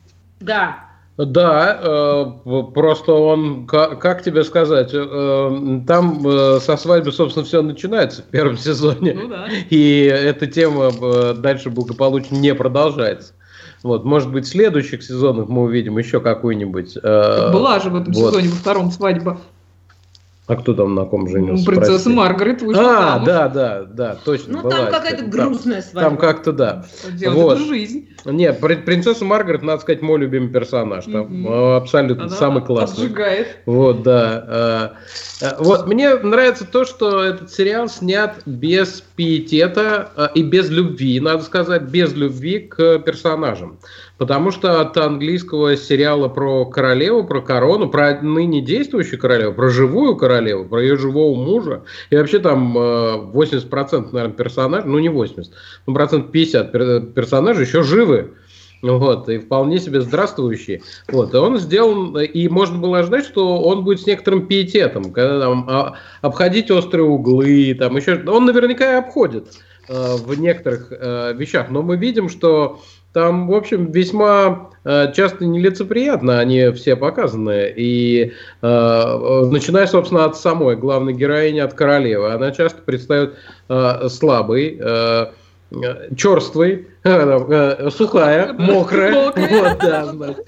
Да. Да, э, просто он, как, как тебе сказать, э, там э, со свадьбы, собственно, все начинается в первом сезоне. Ну да. И эта тема э, дальше благополучно не продолжается. Вот, может быть, в следующих сезонах мы увидим еще какую-нибудь... Э, Была же в этом вот. сезоне во втором свадьба. А кто там на ком женился? Принцесса Прости. Маргарет вышла А, замуж. да, да, да, точно. Ну, была там история. какая-то Там- грустная свадьба. Там как-то да. Что делать? Вот. Это жизнь. Не, при- принцесса Маргарет, надо сказать, мой любимый персонаж. Там Мгм. э, абсолютно Она самый классный. отжигает. Вот, да. Э, э, Вот, мне нравится то, что этот сериал снят без пиетета э, и без любви, надо сказать, без любви к персонажам. Потому что от английского сериала про королеву, про корону, про ныне действующую королеву, про живую королеву, про ее живого мужа, и вообще там э, восемьдесят процентов, наверное, персонажей, ну не восемьдесят, ну процентов пятьдесят пер- персонажей еще живы. Вот, и вполне себе здравствующие. Вот, и он сделан, и можно было ожидать, что он будет с некоторым пиететом, когда там а, обходить острые углы, там еще, он наверняка и обходит э, в некоторых э, вещах, но мы видим, что там, в общем, весьма э, часто нелицеприятно они все показаны, и э, начиная, собственно, от самой главной героини, от королевы, она часто предстает э, слабой, э, черствой, э, сухая, мокрая. Вот, да, значит.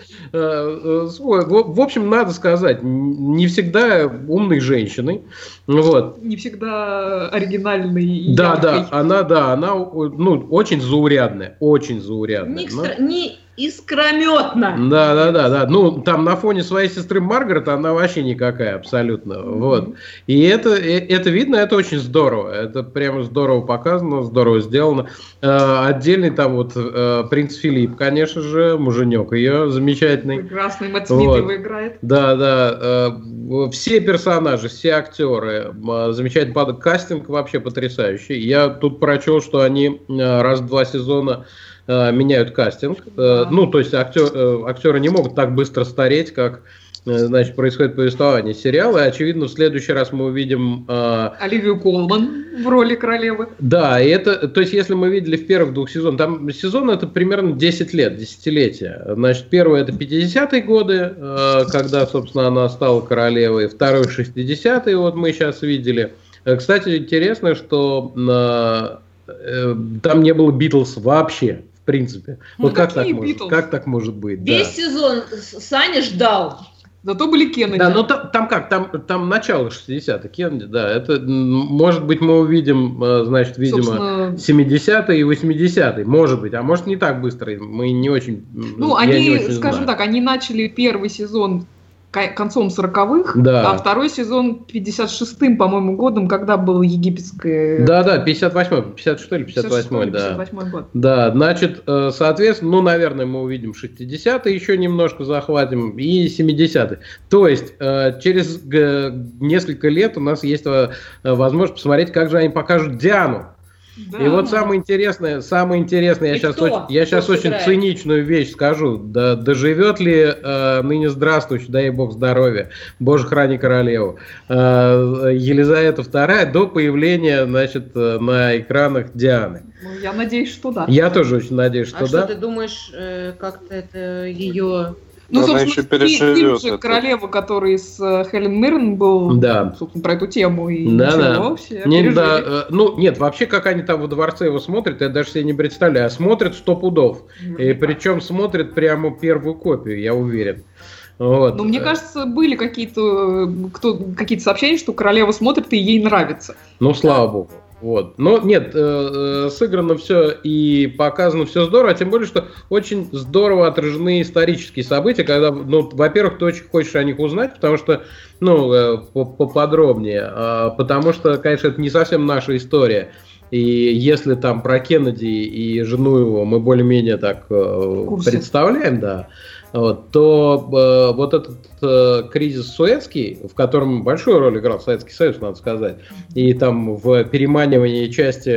Э, свой. В в общем, надо сказать, не всегда умной женщиной. Вот. Не всегда оригинальный и Да, яркой. да, она, да, она, ну, очень заурядная, очень заурядная. Не, Но- экстра- не искрометно. Да, да, да, да. Ну, там на фоне своей сестры Маргарет она вообще никакая абсолютно. Вот. И это, э, это видно, это очень здорово. Это прямо здорово показано, здорово сделано. Э, отдельный там вот э, принц Филипп, конечно же, муженек ее замечательный. Прекрасный Мэтт Смит Вот. его играет. Да, да. э, все персонажи, все актеры, э, замечательный под- кастинг вообще потрясающий. Я тут прочел, что они э, раз в два сезона э, меняют кастинг. Э, Да. ну, то есть актер, э, актеры не могут так быстро стареть, как э, значит, происходит повествование сериала. И, очевидно, в следующий раз мы увидим... э, Оливию Колман в роли королевы. да, и это, то есть, если мы видели в первых двух сезонах, там сезон это примерно десять лет, десятилетия. Значит, первый это пятидесятые годы, э, когда, собственно, она стала королевой, второй шестидесятые, вот мы сейчас видели. Э, Кстати, интересно, что э, э, там не было Битлз вообще, в принципе. Ну, Вот как так, какие может, Beatles? как так может быть? Весь Да. сезон С- Саня ждал. Зато были Кеннеди. Да, но там, там как, там, там начало шестидесятых, Кеннеди, да, это, м, может быть, мы увидим, э, значит, видимо, Собственно, семидесятые и восьмидесятые, может быть, а может не так быстро, мы не очень, м, ну, я не они, очень скажем знаю. так, они начали первый сезон ка- концом сороковых, Да. а второй сезон пятьдесят шестым, по-моему, годом, когда был египетское... Да, да, пятьдесят восьмой, пятьдесят шестой или пятьдесят восьмой, да. пятьдесят восьмой год. Да, значит, э, соответственно, ну, наверное, мы увидим шестидесятые, еще немножко захватим, и семидесятые. То есть, э, через г- несколько лет у нас есть э, возможность посмотреть, как же они покажут Диану. Да. И вот самое интересное, самое интересное, я И сейчас кто? очень, я Кто сейчас очень сыграет? циничную вещь скажу. Да, доживет ли э, ныне здравствующий, дай ей бог здоровья, Боже храни королеву, э, Елизавета вторая до появления, значит, э, на экранах Дианы. Ну, я надеюсь, что да. Я тоже очень надеюсь, что А что да. ты думаешь, э, как-то это ее... Ну, Она собственно, еще фи- переживет фильм же это. «Королева», который с э, Хелен Миррен был, Да. собственно, про эту тему. И Да, ничего, да. все Не, пережили. да, э, ну, нет, вообще, как они там во дворце его смотрят, я даже себе не представляю. А смотрят сто пудов. И Наверняка. причем смотрят прямо первую копию, я уверен. Вот. Но мне кажется, были какие-то, э, кто, какие-то сообщения, что королева смотрит и ей нравится. Ну, слава богу. Вот. Но нет, э, э, сыграно все и показано все здорово, а тем более, что очень здорово отражены исторические события, когда, ну, во-первых, ты очень хочешь о них узнать, потому что, ну, э, по- поподробнее, а, потому что, конечно, это не совсем наша история. И если там про Кеннеди и жену его мы более-менее так э, курсе. представляем, да, вот, то э, вот этот э, кризис Суэцкий, в котором большую роль играл Советский Союз, надо сказать, и там в переманивании части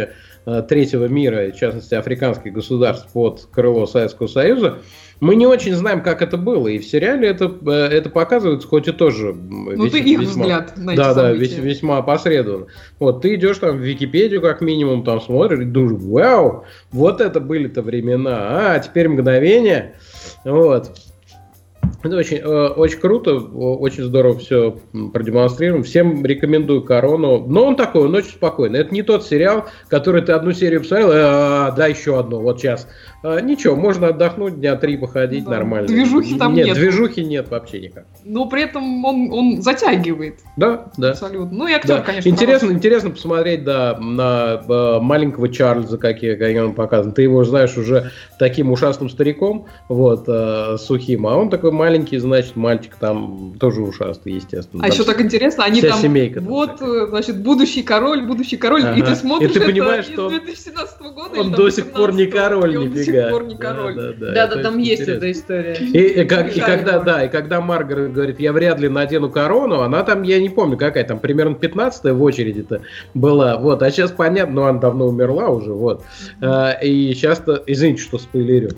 третьего мира, в частности, африканских государств под крыло Советского Союза. Мы не очень знаем, как это было, и в сериале это, это показывается, хоть и тоже ну, весь, ты их весьма, взгляд на эти да, да, события. весь, весьма опосредованно. Вот, ты идешь там в Википедию, как минимум, там смотришь и думаешь, вау, вот это были-то времена, а теперь мгновение, вот. Это очень, очень круто, очень здорово все продемонстрировано. Всем рекомендую «Корону». Но он такой, он очень спокойный. Это не тот сериал, который ты одну серию посмотрел, а, да, еще одну, вот сейчас. А, ничего, можно отдохнуть, дня три походить, да, нормально. Движухи там нет. Нет, движухи нет вообще никак. Но при этом он, он затягивает. Да, да. Абсолютно. Ну и актер, да. конечно. Интересно, интересно посмотреть, да, на э, маленького Чарльза, какие, какие он показан. Ты его знаешь уже таким ушастым стариком, вот, э, сухим, а он такой маленький, значит, мальчик там тоже ушастый, естественно. А там еще так интересно, они вся там, семейка, вот, такая. Значит, будущий король, будущий король, ага. И ты смотришь, и ты это понимаешь, из что две тысячи семнадцатого года, он до сих пор не король, он до сих пор не король. Да, да, да, да там есть эта история. И, и, как, и когда, да, и когда Маргарет говорит, я вряд ли надену корону, она там, я не помню, какая там, примерно пятнадцатая в очереди-то была, вот, а сейчас понятно, но она давно умерла уже, вот, mm-hmm. и сейчас-то, извините, что спойлерю.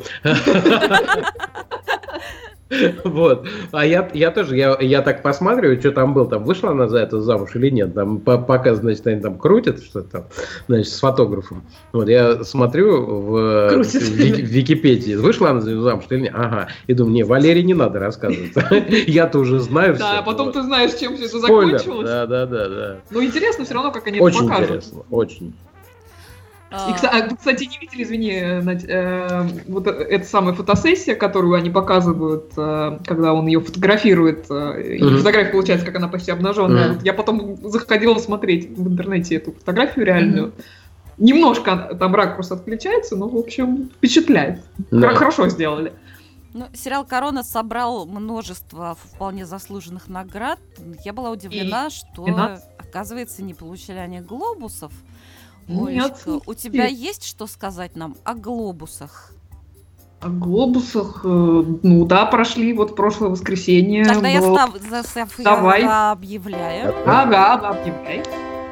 Вот. А я, я тоже, я, я так посматриваю, что там было, там вышла она за это замуж или нет, там пока, значит, они там крутят что-то там, значит, с фотографом. Вот, я смотрю в, в, в Википедии, вышла она замуж или нет, ага, и думаю, не, Валерии не надо рассказывать, я-то уже знаю все. Да, потом ты знаешь, чем все это закончилось. Да, да, да, да. Но интересно все равно, как они это покажут. Очень интересно, очень. И, кстати, не видели, извини, э, вот эта самая фотосессия, которую они показывают, э, когда он ее фотографирует, э, и mm-hmm. фотография получается, как она почти обнаженная. Mm-hmm. Вот я потом заходила смотреть в интернете эту фотографию реальную. Mm-hmm. Немножко там ракурс отключается, но, в общем, впечатляет. Mm-hmm. Хорошо сделали. Ну, сериал «Корона» собрал множество вполне заслуженных наград. Я была удивлена, и... что, двенадцать оказывается, не получили они глобусов. Олечка, у тебя есть что сказать нам о глобусах? О глобусах? Ну да, прошли вот прошлое воскресенье. Тогда было... я, став... став... Давай. я объявляю. Ага, объявляй.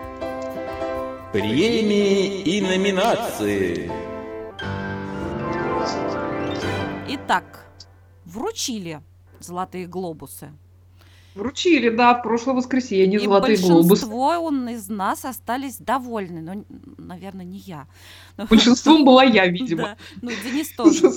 Премии и номинации. Итак, вручили «Золотые глобусы». Вручили, да, в прошлое воскресенье и «Золотые глобусы». И большинство он из нас остались довольны, но, наверное, не я. Большинством была я, видимо. Да, ну, Денис тоже.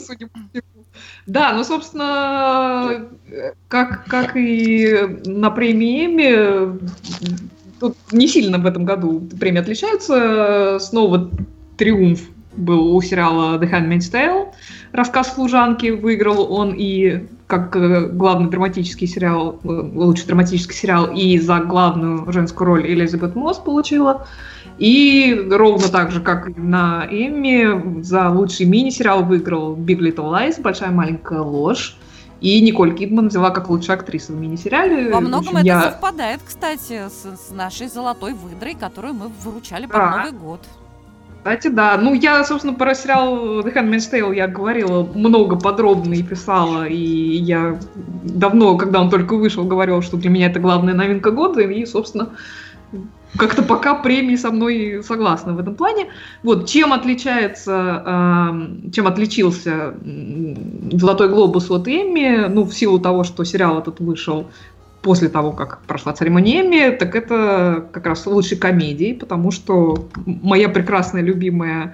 Да, ну, собственно, как, как и на премии Эмми, тут не сильно в этом году премии отличаются. Снова триумф был у сериала The Handmaid's Tale. «Рассказ служанки», выиграл он и как главный драматический сериал, лучший драматический сериал, и за главную женскую роль Элизабет Мосс получила. И ровно так же, как и на Эмми, за лучший мини-сериал выиграл Big Little Lies, «Большая маленькая ложь». И Николь Кидман взяла как лучшая актриса в мини-сериале. Во многом общем, это я... совпадает, кстати, с, с нашей «Золотой выдрой», которую мы вручали под да. Новый год. Кстати, да. Ну, я, собственно, про сериал The Handmaid's Tale я говорила много подробно и писала, и я давно, когда он только вышел, говорила, что для меня это главная новинка года, и, собственно, как-то пока премии со мной согласны в этом плане. Вот, чем отличается, э, чем отличился «Золотой глобус» от Эмми, ну, в силу того, что сериал этот вышел после того, как прошла церемония Эмми, так это как раз лучшей комедии, потому что моя прекрасная, любимая,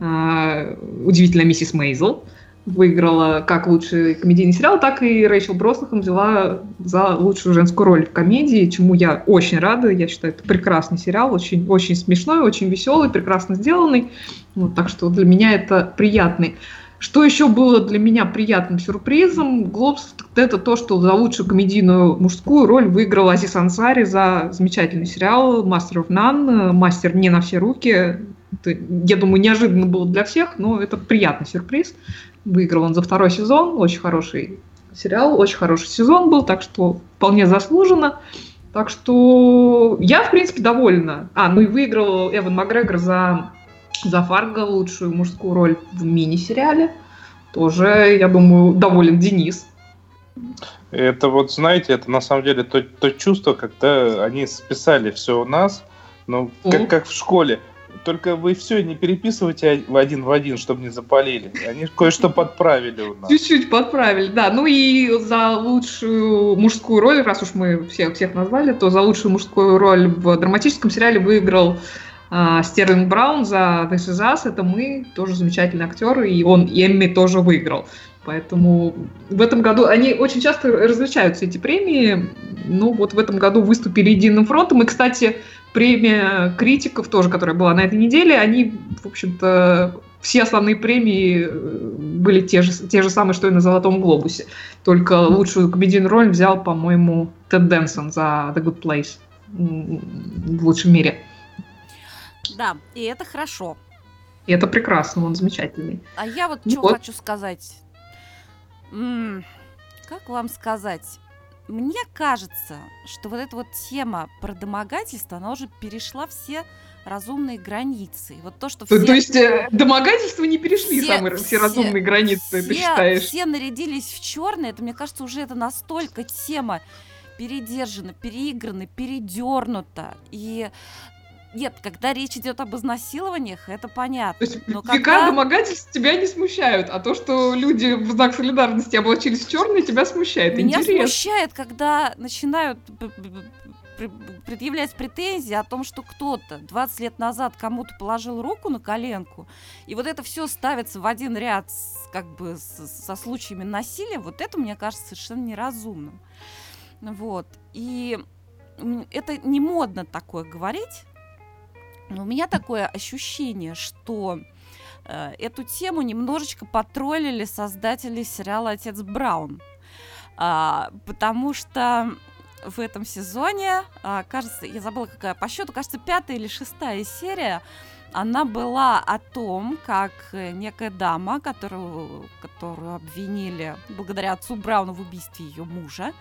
э, удивительная миссис Мейзел выиграла как лучший комедийный сериал, так и Рэйчел Броснахам взяла за лучшую женскую роль в комедии, чему я очень рада. Я считаю, это прекрасный сериал, очень, очень смешной, очень веселый, прекрасно сделанный. Вот, так что для меня это приятный. Что еще было для меня приятным сюрпризом? «Глобус» — это то, что за лучшую комедийную мужскую роль выиграл Азиз Ансари за замечательный сериал «Master of None», «Мастер не на все руки». Это, я думаю, неожиданно было для всех, но это приятный сюрприз. Выиграл он за второй сезон, очень хороший сериал, очень хороший сезон был, так что вполне заслуженно. Так что я, в принципе, довольна. А, ну и выиграл Эван Макгрегор за... за Фарго лучшую мужскую роль в мини-сериале. Тоже, я думаю, доволен Денис. Это вот, знаете, это на самом деле то, то чувство, когда они списали все у нас, ну, как, как в школе. только вы все не переписывайте в один в один, чтобы не запалили. Они кое-что подправили у нас. Чуть-чуть подправили, да. Ну и за лучшую мужскую роль, раз уж мы всех, всех назвали, то за лучшую мужскую роль в драматическом сериале выиграл э, Стерлинг Браун за This Is Us. Это мы, тоже замечательный актер, и он Эмми тоже выиграл. Поэтому в этом году они очень часто различаются, эти премии. Ну вот в этом году выступили единым фронтом. И, кстати, премия критиков тоже, которая была на этой неделе, они, в общем-то, все основные премии были те же, те же самые, что и на «Золотом глобусе». Только лучшую комедийную роль взял, по-моему, Тед Дэнсон за The Good Place в «Лучшем мире». Да, и это хорошо. И это прекрасно, он замечательный. А я вот Ну что вот. хочу сказать. М, Как вам сказать? Мне кажется, что вот эта вот тема про домогательство, она уже перешла все разумные границы. И вот то, что То, все... то есть э, домогательства не перешли Все- самые все, все- разумные границы, ты все, считаешь? все нарядились в черное, это, мне кажется, уже это настолько тема передержана, переиграна, передернута. И нет, когда речь идет об изнасилованиях, это понятно. То есть Но века когда... домогательств тебя не смущают, а то, что люди в знак солидарности облачились в черное, тебя смущает. Меня Интересно. смущает, когда начинают п- п- п- предъявлять претензии о том, что кто-то двадцать лет назад кому-то положил руку на коленку, и вот это все ставится в один ряд с, как бы с- со случаями насилия, вот это, мне кажется, совершенно неразумным. Вот. И м, это не модно такое говорить, но у меня такое ощущение, что э, эту тему немножечко потроллили создатели сериала «Отец Браун». А, потому что в этом сезоне, а, кажется, я забыла какая по счету, кажется, пятая или шестая серия, она была о том, как некая дама, которую, которую обвинили благодаря отцу Брауну в убийстве ее мужа,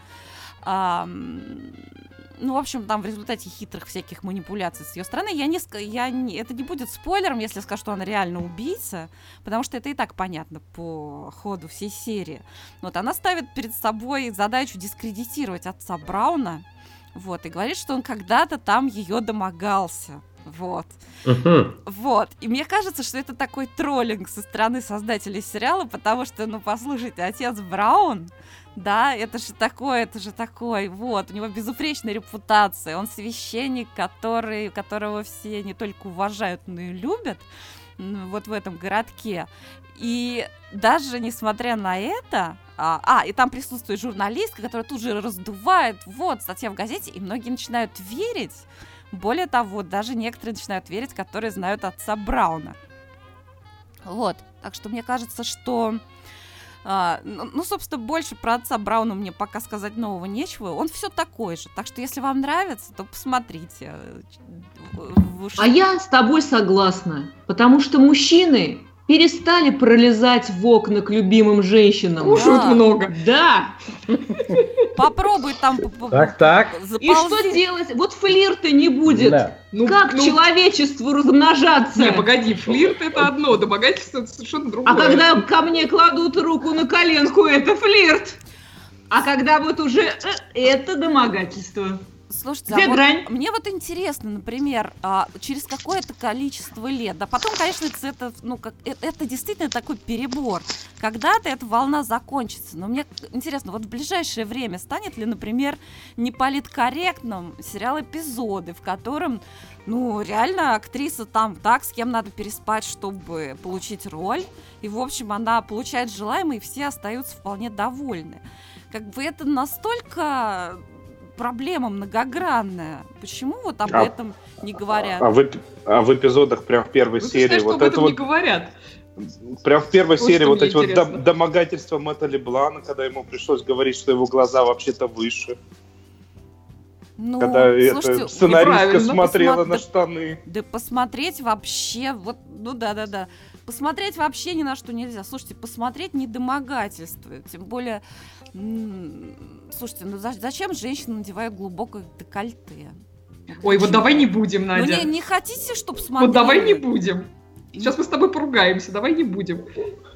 а, ну, в общем, там в результате хитрых всяких манипуляций с ее стороны, я не, ска- я не, это не будет спойлером, если я скажу, что она реально убийца, потому что это и так понятно по ходу всей серии. Вот, она ставит перед собой задачу дискредитировать отца Брауна, вот, и говорит, что он когда-то там ее домогался. Вот. Мгм. Вот. И мне кажется, что это такой троллинг со стороны создателей сериала, потому что, ну, послушайте, отец Браун, да, это же такой, это же такой, вот, у него безупречная репутация, он священник, который, которого все не только уважают, но и любят, м, вот в этом городке. И даже несмотря на это, а, а, и там присутствует журналистка, которая тут же раздувает, вот, статья в газете, и многие начинают верить. Более того, даже некоторые начинают верить, которые знают отца Брауна. Вот. Так что мне кажется, что... а, ну, ну, собственно, больше про отца Брауна мне пока сказать нового нечего. Он все такой же. Так что, если вам нравится, то посмотрите. Вы А я с тобой согласна, потому что мужчины перестали пролезать в окна к любимым женщинам. Кушают Да. много. Да. Попробуй там п- п- Так, так. И что заползи. делать? Вот флирта не будет. Да. Ну, Как ну, человечеству размножаться? Не, погоди, флирт это одно, домогательство это совершенно другое. А когда ко мне кладут руку на коленку, это флирт. А когда вот уже э, это домогательство. Слушайте, Где а вот грань? мне вот интересно, например, а, через какое-то количество лет, да, потом, конечно, это, это, ну, как, это, это действительно такой перебор. Когда-то эта волна закончится, но мне интересно, вот в ближайшее время станет ли, например, неполиткорректным сериал «Эпизоды», в котором, ну, реально актриса там так, с кем надо переспать, чтобы получить роль, и, в общем, она получает желаемое, и все остаются вполне довольны. Как бы это настолько... проблема многогранная. Почему вот об А- этом не говорят? А в, эпи- а в эпизодах прям в первой Ну, ты серии знаешь, что вот об это этом вот не говорят. прям в первой Вот серии что вот мне эти вот интересно. дом- домогательства Мэтта Леблана, когда ему пришлось говорить, что его глаза вообще-то выше, Ну, когда слушайте, эта сценаристка неправильно. смотрела Посмотри- на штаны. да посмотреть вообще, вот, ну да-да-да, посмотреть вообще ни на что нельзя. Слушайте, посмотреть не домогательство, тем более, м, слушайте, ну за- зачем женщины надевают глубокое декольте? Ой, вот Почему? давай не будем, Ну Надя. не, не хотите, чтобы смотрели? Вот давай не будем. Сейчас мы с тобой поругаемся, давай не будем.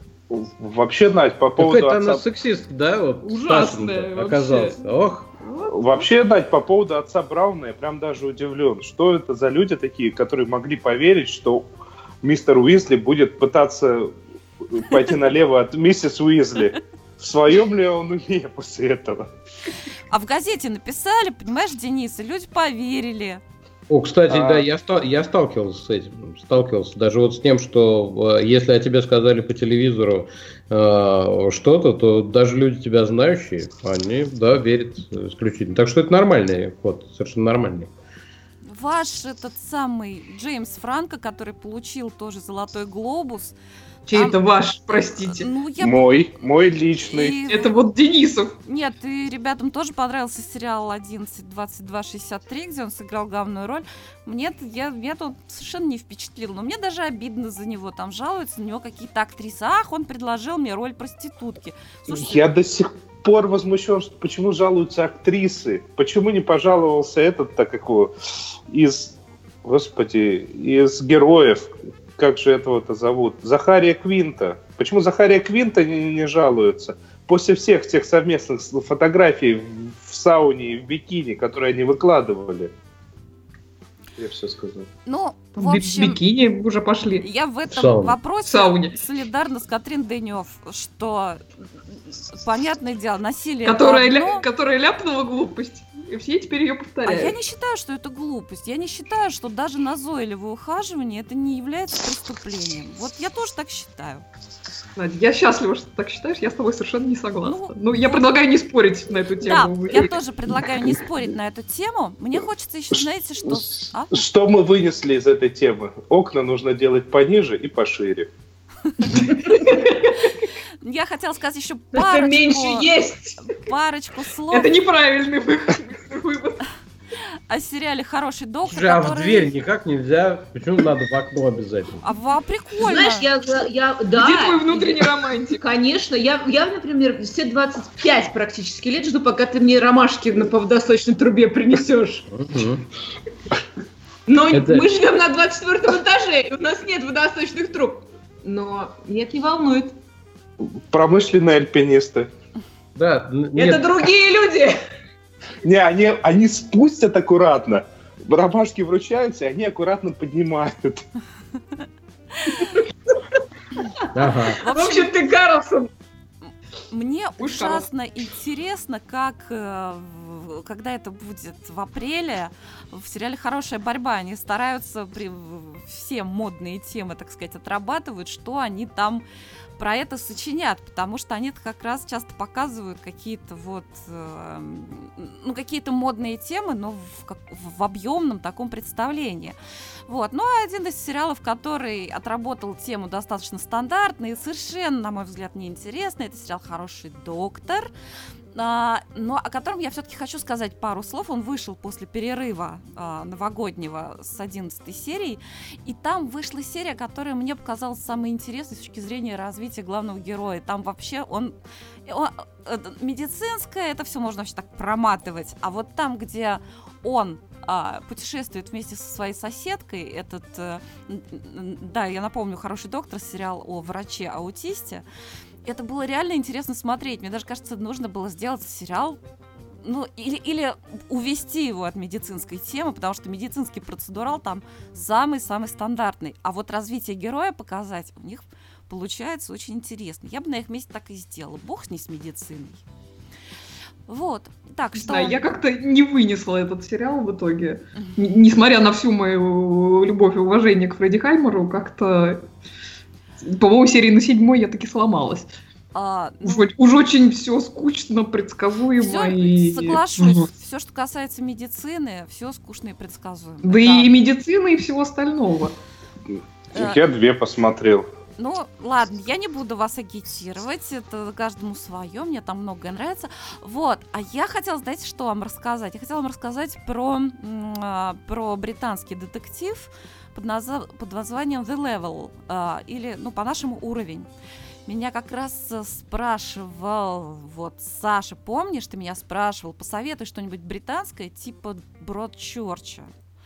Вообще, Надь, по поводу Какой-то она отца... сексист, да? Вот Ужасная Сташин-то вообще. оказался. Ох, Вообще, Надь, по поводу отца Брауна я прям даже удивлен. Что это за люди такие, которые могли поверить, что мистер Уизли будет пытаться пойти налево от миссис Уизли? В своем ли он уме после этого? А в газете написали, понимаешь, Денис, и люди поверили. О, кстати, А. да, я, ста- я сталкивался с этим, сталкивался даже вот с тем, что э, если о тебе сказали по телевизору э, что-то, то даже люди, тебя знающие, они, да, верят исключительно. Так что это нормальный ход, совершенно нормальный. Ваш этот самый Джеймс Франко, который получил тоже «Золотой глобус». Чей там- это ваш, простите? Ну, я... Мой, мой личный. И- Это вот Денисов. Нет, и ребятам тоже понравился сериал одиннадцать двадцать два шестьдесят три, где он сыграл главную роль. Мне, я, меня он совершенно не впечатлил, но мне даже обидно за него. Там жалуются на него какие-то актрисы. Ах, он предложил мне роль проститутки. Слушайте, Я до сих пор возмущен, что почему жалуются актрисы. Почему не пожаловался этот, так как его, из, господи, из героев, как же этого-то зовут, Захария Квинта. Почему Захария Квинта не, не жалуется? После всех тех совместных фотографий в сауне и в бикини, которые они выкладывали. Я все сказал. ну, в В би- общем, бикини уже пошли. я в этом Сауна. вопросе В сауне. солидарна с Катрин Денёв, что, понятное дело, насилие... Которая, это ля- одно, которая ляпнула глупость. И все теперь ее а я повторяют. не считаю, что это глупость. Я не считаю, что даже назойливое ухаживание это не является преступлением. Вот я тоже так считаю. Надя, я счастлива, что ты так считаешь, я с тобой совершенно не согласна. Ну, Ну, я предлагаю не спорить на эту Да, тему. в я эфире. тоже предлагаю не спорить на эту тему. Мне хочется еще, знаете, что... А? Что мы вынесли из этой темы? Окна нужно делать пониже и пошире. Я хотела сказать еще Это парочку, меньше есть. парочку слов Это неправильный выход. вывод. о сериале «Хороший доктор», Слушай, а в который... дверь никак нельзя? Почему надо в окно обязательно? А ва, прикольно. Знаешь, я, я, да. Где твой внутренний романтик? Конечно, я, я, например, все двадцать пять практически лет жду, пока ты мне ромашки на по водосточной трубе принесешь. Мгм. Но Это- мы живем на двадцать четвёртом этаже, и у нас нет водосточных труб. Но нет, не волнует. Промышленные альпинисты. Да, н- Это нет, другие люди. Не, они, они спустят аккуратно. Ромашки вручаются, и они аккуратно поднимают. ага. В В общем, ты Карлсон. Мне Уж ужасно интересно, как, э, в- когда это будет в апреле, в сериале «Хорошая борьба» они стараются, при, в- все модные темы, так сказать, отрабатывают, что они там про это сочинят, потому что они как раз часто показывают какие-то вот, э, ну, какие-то модные темы, но в, как- в объемном таком представлении. Вот. Ну, а один из сериалов, который отработал тему достаточно стандартно и совершенно, на мой взгляд, неинтересный, это сериал «Хороший доктор», а, но о котором я все-таки хочу сказать пару слов. Он вышел после перерыва а, новогоднего с одиннадцатой серией, и там вышла серия, которая мне показалась самой интересной с точки зрения развития главного героя. Там вообще он... он это медицинское, это все можно вообще так проматывать, а вот там, где он а, путешествует вместе со своей соседкой, этот, э, н- н- да, я напомню, «Хороший доктор», сериал о враче-аутисте, это было реально интересно смотреть. Мне даже кажется, нужно было сделать сериал, ну, или, или увести его от медицинской темы, потому что медицинский процедурал там самый-самый стандартный. А вот развитие героя показать у них получается очень интересно. Я бы на их месте так и сделала. Бог с ней с медициной. Вот. Так Не что... знаю, я как-то не вынесла этот сериал в итоге. Н- Несмотря на всю мою любовь и уважение к Фредди Хаймеру, как-то, по-моему, серии на седьмой я таки сломалась. а, ну, Уж, о- уж очень все скучно, предсказуемо всё, и... соглашусь. Мгм. Все, что касается медицины, все скучно и предсказуемо. Да и медицины, и всего остального. Э, Я две посмотрел. Ну, ладно, я не буду вас агитировать, это каждому свое, мне там многое нравится. Вот, а я хотела, знаете, что вам рассказать? Я хотела вам рассказать про, м, а, про британский детектив под, назва- под названием The Level, а, или, ну, по-нашему, уровень. Меня как раз э, спрашивал, вот, Саша, помнишь, ты меня спрашивал, посоветуй что-нибудь британское, типа Бродчорча.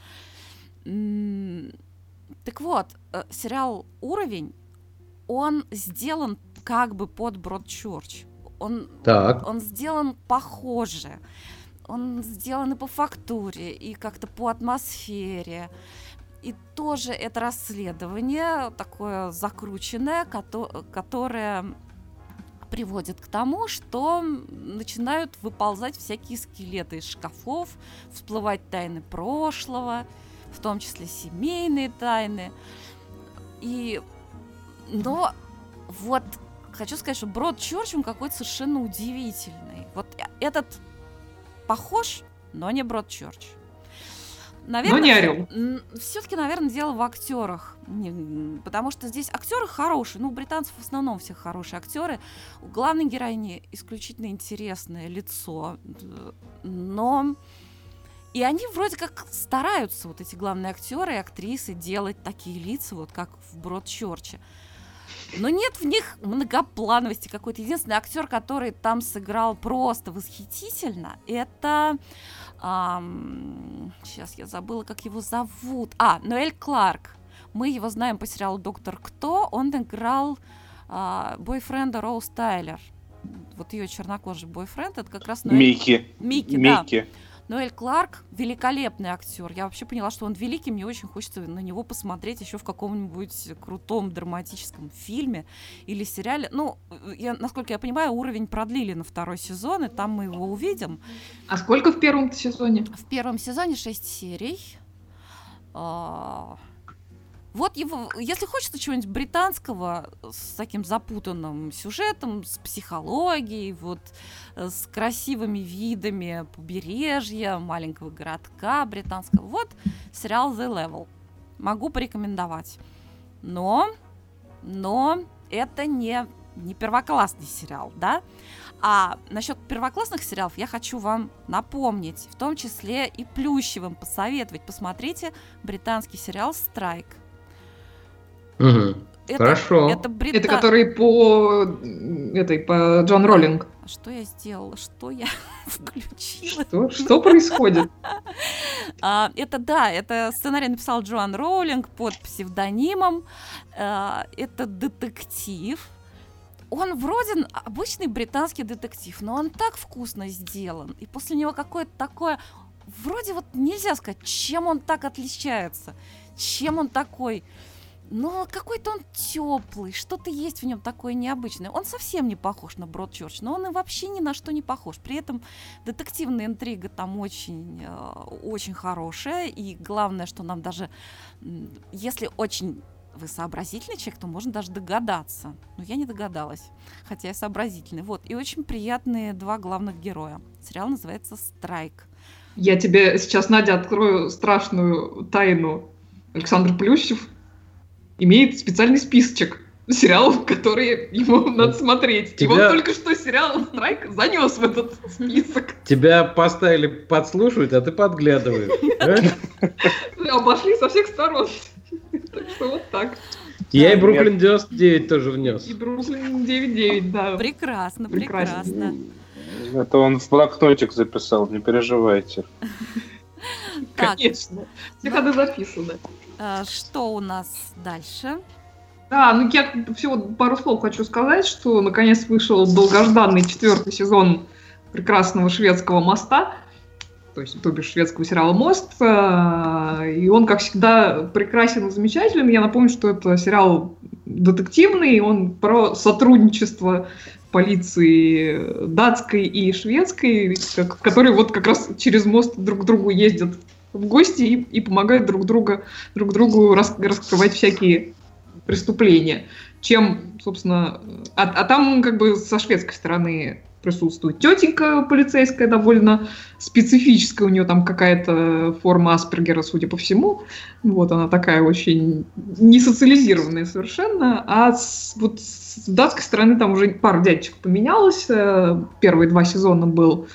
М, Так вот, э, сериал «Уровень», он сделан как бы под Бродчорч. Он, Так. он сделан похоже. он сделан и по фактуре, и как-то по атмосфере. И тоже это расследование такое закрученное, кото- которое приводит к тому, что начинают выползать всякие скелеты из шкафов, всплывать тайны прошлого, в том числе семейные тайны. И... Но вот хочу сказать, что Бродчерч, он какой-то совершенно удивительный. Вот этот похож, но не Бродчерч. Наверное, но не Орел. Все-таки, наверное, дело в актерах. Не, потому что здесь актеры хорошие. Ну, у британцев в основном все хорошие актеры. У главной героини исключительно интересное лицо. Но... И они вроде как стараются, вот эти главные актеры и актрисы, делать такие лица, вот как в Бродчерче. Но нет в них многоплановости какой-то. Единственный актер, который там сыграл просто восхитительно, это... Ам, сейчас я забыла, как его зовут. А, Ноэль Кларк. Мы его знаем по сериалу «Доктор Кто». Он играл а, бойфренда Роуз Тайлер. Вот ее чернокожий бойфренд. Это как раз Ноэль... Микки. Микки, Микки. да. Ноэль Кларк великолепный актер. Я вообще поняла, что он великий. Мне очень хочется на него посмотреть еще в каком-нибудь крутом драматическом фильме или сериале. Ну, я, насколько я понимаю, уровень продлили на второй сезон, и там мы его увидим. А сколько в первом сезоне? В первом сезоне шесть серий. Вот его, если хочется чего-нибудь британского с таким запутанным сюжетом, с психологией, вот, с красивыми видами побережья, маленького городка британского, вот сериал The Level. Могу порекомендовать. Но, но это не, не первоклассный сериал, да? А насчет первоклассных сериалов я хочу вам напомнить, в том числе и Плющевым посоветовать. Посмотрите британский сериал «Страйк». Угу. Это, Хорошо. Это, брита... это который по этой по Джон Роллинг. Что я сделала? Что я включила? Что, что происходит? А, это да, это сценарий написал Джоан Роулинг под псевдонимом. А, это детектив. Он вроде обычный британский детектив, но он так вкусно сделан. И после него какое-то такое... Вроде вот нельзя сказать, чем он так отличается, чем он такой... Но какой-то он теплый, что-то есть в нем такое необычное. Он совсем не похож на Бродчерч, но он и вообще ни на что не похож. При этом детективная интрига там очень, очень хорошая. И главное, что нам даже, если очень вы сообразительный человек, то можно даже догадаться. Но я не догадалась, хотя я сообразительный. Вот. И очень приятные два главных героя. Сериал называется «Страйк». Я тебе сейчас, Надя, открою страшную тайну. Александр Плющев имеет специальный списочек сериалов, которые ему надо смотреть. Тебя... И вот только что сериал «Страйк» занес в этот список. Тебя поставили подслушивать, а ты подглядываешь. Обошли со всех сторон. Так что вот так. Я и Бруклин девяносто девять тоже внес. И Бруклин девяносто девять, да. Прекрасно, прекрасно. Это он в блокнотик записал, не переживайте. Конечно. Все ходы записаны. Что у нас дальше? Да, ну я всего пару слов хочу сказать, что наконец вышел долгожданный четвертый сезон прекрасного шведского моста, то есть, то бишь, шведского сериала «Мост», и он, как всегда, прекрасен и замечателен. Я напомню, что это сериал детективный, он про сотрудничество полиции датской и шведской, которые вот как раз через мост друг к другу ездят в гости и, и помогают друг, друга, друг другу рас, раскрывать всякие преступления. Чем, собственно... А, а там как бы со шведской стороны присутствует тетенька полицейская, довольно специфическая, у нее там какая-то форма Аспергера, судя по всему. Вот она такая очень не социализированная совершенно. А с, вот с датской стороны там уже пара дядечек поменялось. Первые два сезона был...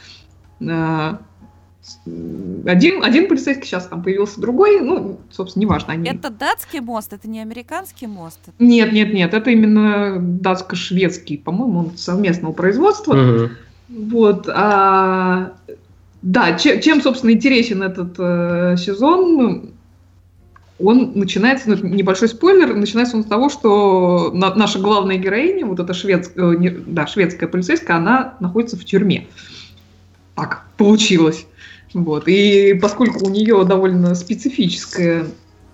Один, один полицейский, сейчас там появился другой, ну, собственно, неважно. Они... Это датский мост, это не американский мост? Нет, нет, нет, это именно датско-шведский, по-моему, он совместного производства. Uh-huh. Вот, а... да, чем, чем, собственно, интересен этот э, сезон, он начинается, ну, небольшой спойлер, начинается он с того, что на, наша главная героиня, вот эта шведская, э, не, да, шведская полицейская, она находится в тюрьме. так получилось. Вот. И поскольку у нее довольно специфическое,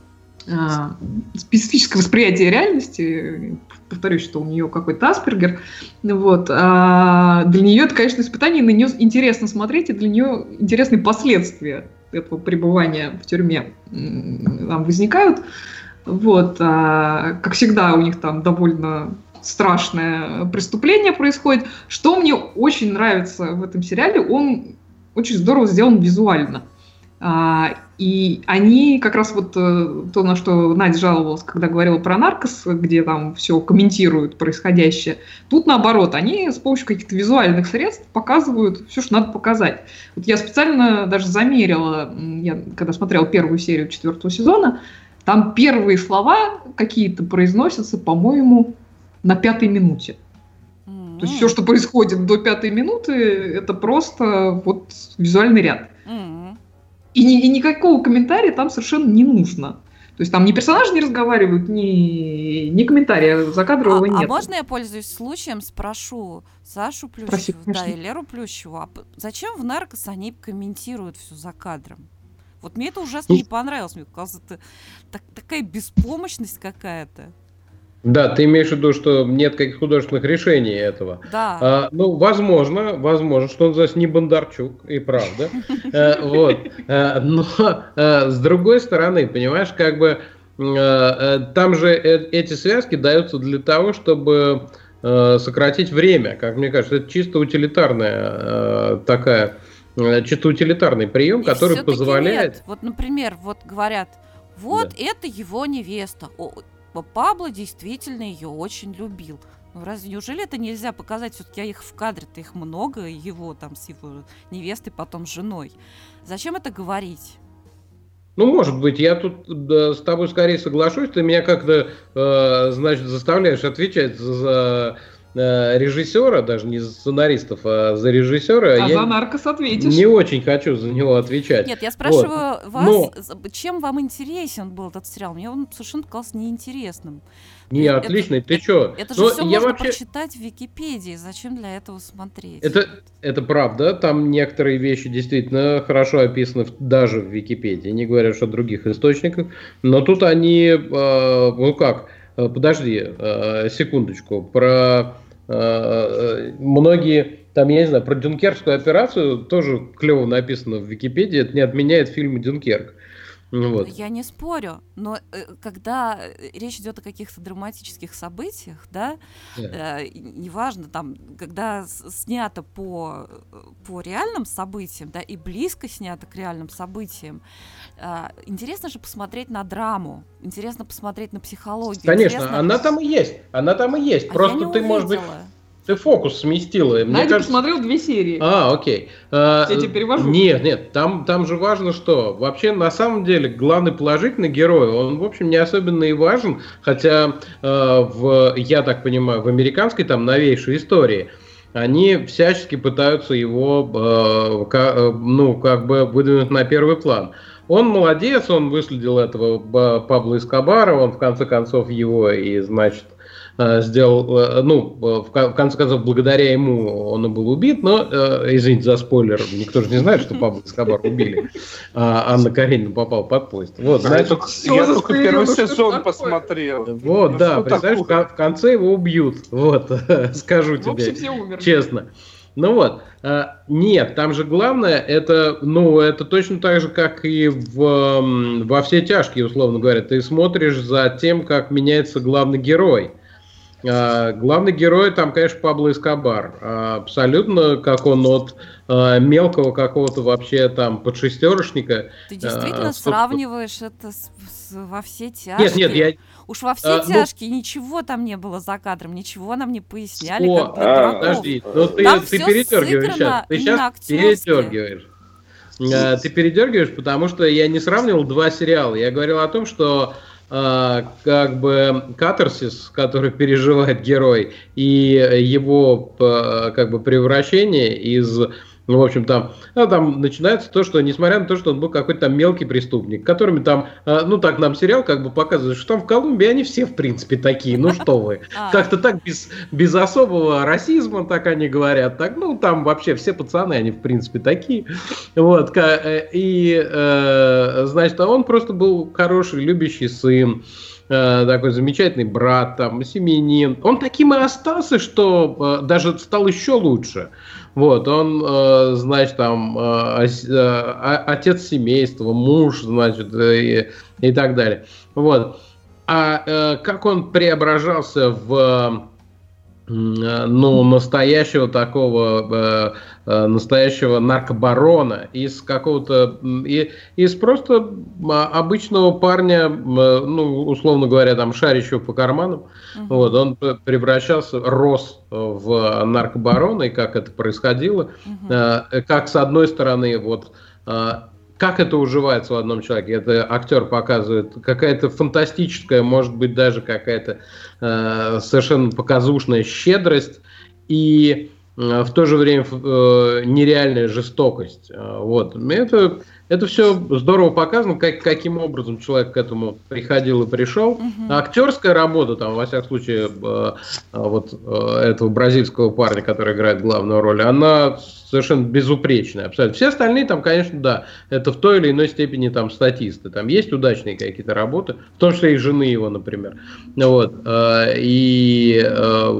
а, специфическое восприятие реальности, повторюсь, что у нее какой-то Аспергер, вот, а для нее это, конечно, испытание, на нее интересно смотреть, и для нее интересные последствия этого пребывания в тюрьме там возникают. Вот, а, как всегда, у них там довольно страшное преступление происходит. Что мне очень нравится в этом сериале, он очень здорово сделан визуально. А, и они как раз вот то, на что Надя жаловалась, когда говорила про «Наркос», где там все комментируют происходящее, тут наоборот, они с помощью каких-то визуальных средств показывают все, что надо показать. Вот я специально даже замерила, я, когда смотрела первую серию четвертого сезона, там первые слова какие-то произносятся, по-моему, на пятой минуте. Mm-hmm. То есть все, что происходит до пятой минуты, это просто вот визуальный ряд. Mm-hmm. И, ни, и никакого комментария там совершенно не нужно. То есть там ни персонажи не разговаривают, ни, ни комментария закадрового а, нет. А можно я, пользуюсь случаем, спрошу Сашу Плющеву, да, и Леру Плющеву, а зачем в «Наркос» они комментируют все за кадром? Вот мне это ужасно не понравилось. Мне казалось, это так, такая беспомощность какая-то. Да, ты имеешь в виду, что нет каких художественных решений этого. Да. А, ну, возможно, возможно, что он здесь не Бондарчук, и правда. Вот. Но с другой стороны, понимаешь, как бы там же эти связки даются для того, чтобы сократить время, как мне кажется. Это чисто утилитарная такая, чисто утилитарный прием, который позволяет... Нет. Вот, например, вот говорят, вот да. это его невеста. Пабло действительно ее очень любил. Ну, разве неужели это нельзя показать? Все-таки их в кадре-то их много, его там с его невестой, потом женой. Зачем это говорить? Ну, может быть, я тут да, с тобой скорее соглашусь. Ты меня как-то, э, значит, заставляешь отвечать за э, режиссера, даже не за сценаристов, а за режиссера. А я за «Наркос» ответишь. Не очень хочу за него отвечать. Нет, я спрашиваю вот. вас, Но... чем вам интересен был этот сериал? Мне он совершенно казался неинтересным. Не, это, отличный, ты это, чё? Это же Но все можно вообще... прочитать в Википедии, зачем для этого смотреть? Это, это правда, там некоторые вещи действительно хорошо описаны даже в Википедии, не говоря уж о других источниках, но тут они, э, ну как, подожди, э, секундочку, про э, многие, там, я не знаю, про Дюнкеркскую операцию тоже клево написано в Википедии, это не отменяет фильм «Дюнкерк». Вот. Я не спорю, но э, когда речь идет о каких-то драматических событиях, да, yeah. э, неважно, там, когда с- снято по, по реальным событиям, да, и близко снято к реальным событиям, э, интересно же посмотреть на драму, интересно посмотреть на психологию. Конечно, интересно... она там и есть, она там и есть, а просто я не ты, увидела. может быть... Ты фокус сместила. Мне Надя кажется... посмотрел две серии. А, окей. А, я тебе перевожу. Нет, нет, там, там же важно что. Вообще, на самом деле, главный положительный герой, он, в общем, не особенно и важен, хотя, э, в, я так понимаю, в американской, там, новейшей истории, они всячески пытаются его, э, к, ну, как бы выдвинуть на первый план. Он молодец, он выследил этого Пабло Эскобара, он, в конце концов, его и, значит, сделал, ну, в конце концов, благодаря ему он и был убит, но, извините за спойлер, никто же не знает, что Пабло Эскобар убили, а Анна Каренина попала под поезд. Вот, значит, я только первый сезон посмотрел. Вот, ну, да, представляешь, такое? В конце его убьют, вот, скажу тебе, честно. Ну вот, нет, там же главное, это, ну, это точно так же, как и в, во «Все тяжкие», условно говоря, ты смотришь за тем, как меняется главный герой. Uh, главный герой там, конечно, Пабло Эскобар. Uh, абсолютно, как он от uh, мелкого какого-то вообще там подшестерочника. Ты действительно uh, сравниваешь это с, с «Во все тяжкие»? Нет, нет, я... Уж «Во все uh, тяжкие» ну... ничего там не было за кадром, ничего нам не поясняли. О, как а, подожди, ну ты, ты передергиваешь сейчас. Ты сейчас передергиваешь. Uh, ты передергиваешь, потому что я не сравнивал два сериала. Я говорил о том, что Uh, как бы катарсис, который переживает герой, и его uh, как бы превращение из Ну, в общем, там, а, там начинается то, что, несмотря на то, что он был какой-то там мелкий преступник, которыми там, а, ну, так нам сериал как бы показывает, что там в Колумбии они все, в принципе, такие, ну, что вы. Как-то так, без, без особого расизма, так они говорят, так, ну, там вообще все пацаны, они, в принципе, такие. Вот, и, значит, он просто был хороший, любящий сын, такой замечательный брат, там, семьянин. Он таким и остался, что даже стал еще лучше. Вот, он, э, значит, там, э, э, отец семейства, муж, значит, и, и так далее. Вот. А э, как он преображался в, э, ну, настоящего такого, э, э, настоящего наркобарона из какого-то, и, из просто обычного парня, э, ну, условно говоря, там, шарящего по карманам. Uh-huh. Вот, он превращался, рос в наркобарона, и как это происходило, uh-huh. э, как с одной стороны, вот, э, как это уживается в одном человеке, это актер показывает, какая-то фантастическая, может быть, даже какая-то э, совершенно показушная щедрость, и э, в то же время э, нереальная жестокость. Э, вот, это... Это все здорово показано, как, каким образом человек к этому приходил и пришел. Uh-huh. Актерская работа, там, во всяком случае, э, вот э, этого бразильского парня, который играет главную роль, она совершенно безупречная. Абсолютно. Все остальные там, конечно, да, это в той или иной степени там статисты. Там есть удачные какие-то работы, в том числе и жены его, например. Вот. Э, и э,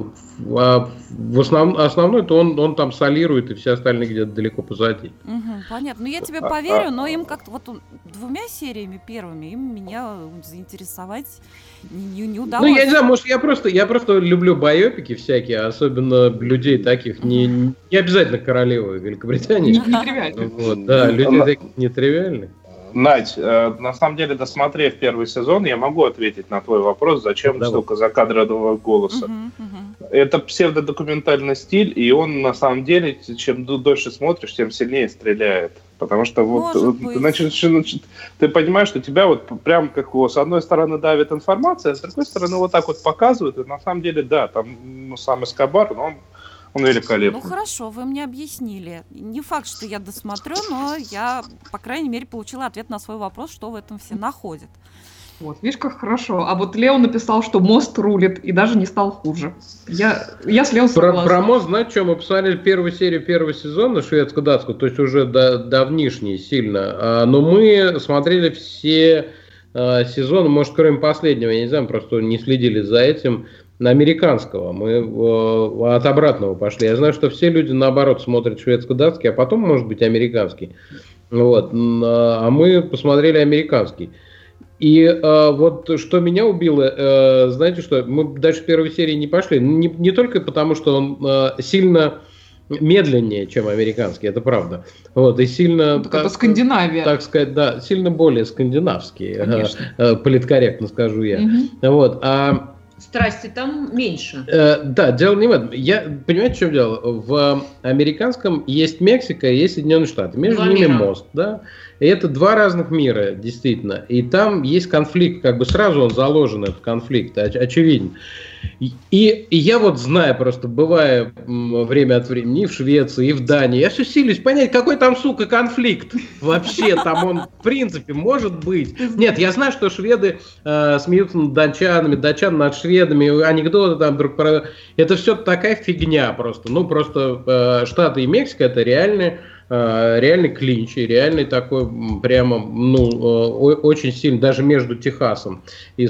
в основ, основной-то он, он там солирует, и все остальные где-то далеко позади. Угу, понятно. Ну, я тебе поверю, но им как-то вот он, двумя сериями первыми им меня заинтересовать не, не удалось. Ну, я не знаю, может, я просто, я просто люблю байопики всякие, особенно людей таких, не, не обязательно королевы Великобритании. Нетривиальных. Вот, да, людей таких нетривиальных. Надь, э, на самом деле, досмотрев первый сезон, я могу ответить на твой вопрос, зачем Давай. столько закадрового голоса. Uh-huh, uh-huh. Это псевдодокументальный стиль, и он, на самом деле, чем дольше смотришь, тем сильнее стреляет. Потому что вот, значит, значит, ты понимаешь, что тебя вот прям как его, с одной стороны давит информация, а с другой стороны вот так вот показывают, и на самом деле, да, там ну, сам Эскобар, но он Он великолепный. Ну хорошо, вы мне объяснили. Не факт, что я досмотрю, но я, по крайней мере, получила ответ на свой вопрос, что в этом все находят. Вот, видишь, как хорошо. А вот Лео написал, что мост рулит, и даже не стал хуже. Я, я с Лео согласна. Про, про мост, знаете, что? Мы посмотрели первую серию первого сезона шведско-датского, то есть уже до, давнишний сильно. А, но мы смотрели все а, сезоны, может, кроме последнего, я не знаю, просто не следили за этим, американского. Мы э, от обратного пошли. Я знаю, что все люди, наоборот, смотрят шведско-датский, а потом, может быть, американский. Вот. А мы посмотрели американский. И э, вот что меня убило, э, знаете что, мы дальше первой серии не пошли. Не, не только потому, что он э, сильно медленнее, чем американский, это правда. Вот, и сильно... Так, так это Скандинавия. Так сказать, да, сильно более скандинавский, э, э, политкорректно скажу я. Угу. Вот, а... Страсти там меньше. Э, да, дело не в этом. Я, понимаете, в чем дело? В американском есть Мексика, есть Соединенные Штаты. Между два ними мира. Мост, да. И это два разных мира, действительно. И там есть конфликт, как бы сразу он заложен, этот конфликт, оч- очевиден. И, и я вот знаю просто, бывая время от времени и в Швеции, и в Дании, я все силюсь понять, какой там, сука, конфликт вообще, там он, в принципе, может быть. Нет, я знаю, что шведы э, смеются над датчанами, датчан над шведами, анекдоты там друг про... Это все такая фигня просто. Ну, просто э, Штаты и Мексика — это реальные реальный клинч, и реальный такой прямо, ну, очень сильный, даже между Техасом и,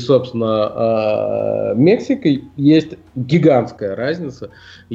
собственно, Мексикой есть гигантская разница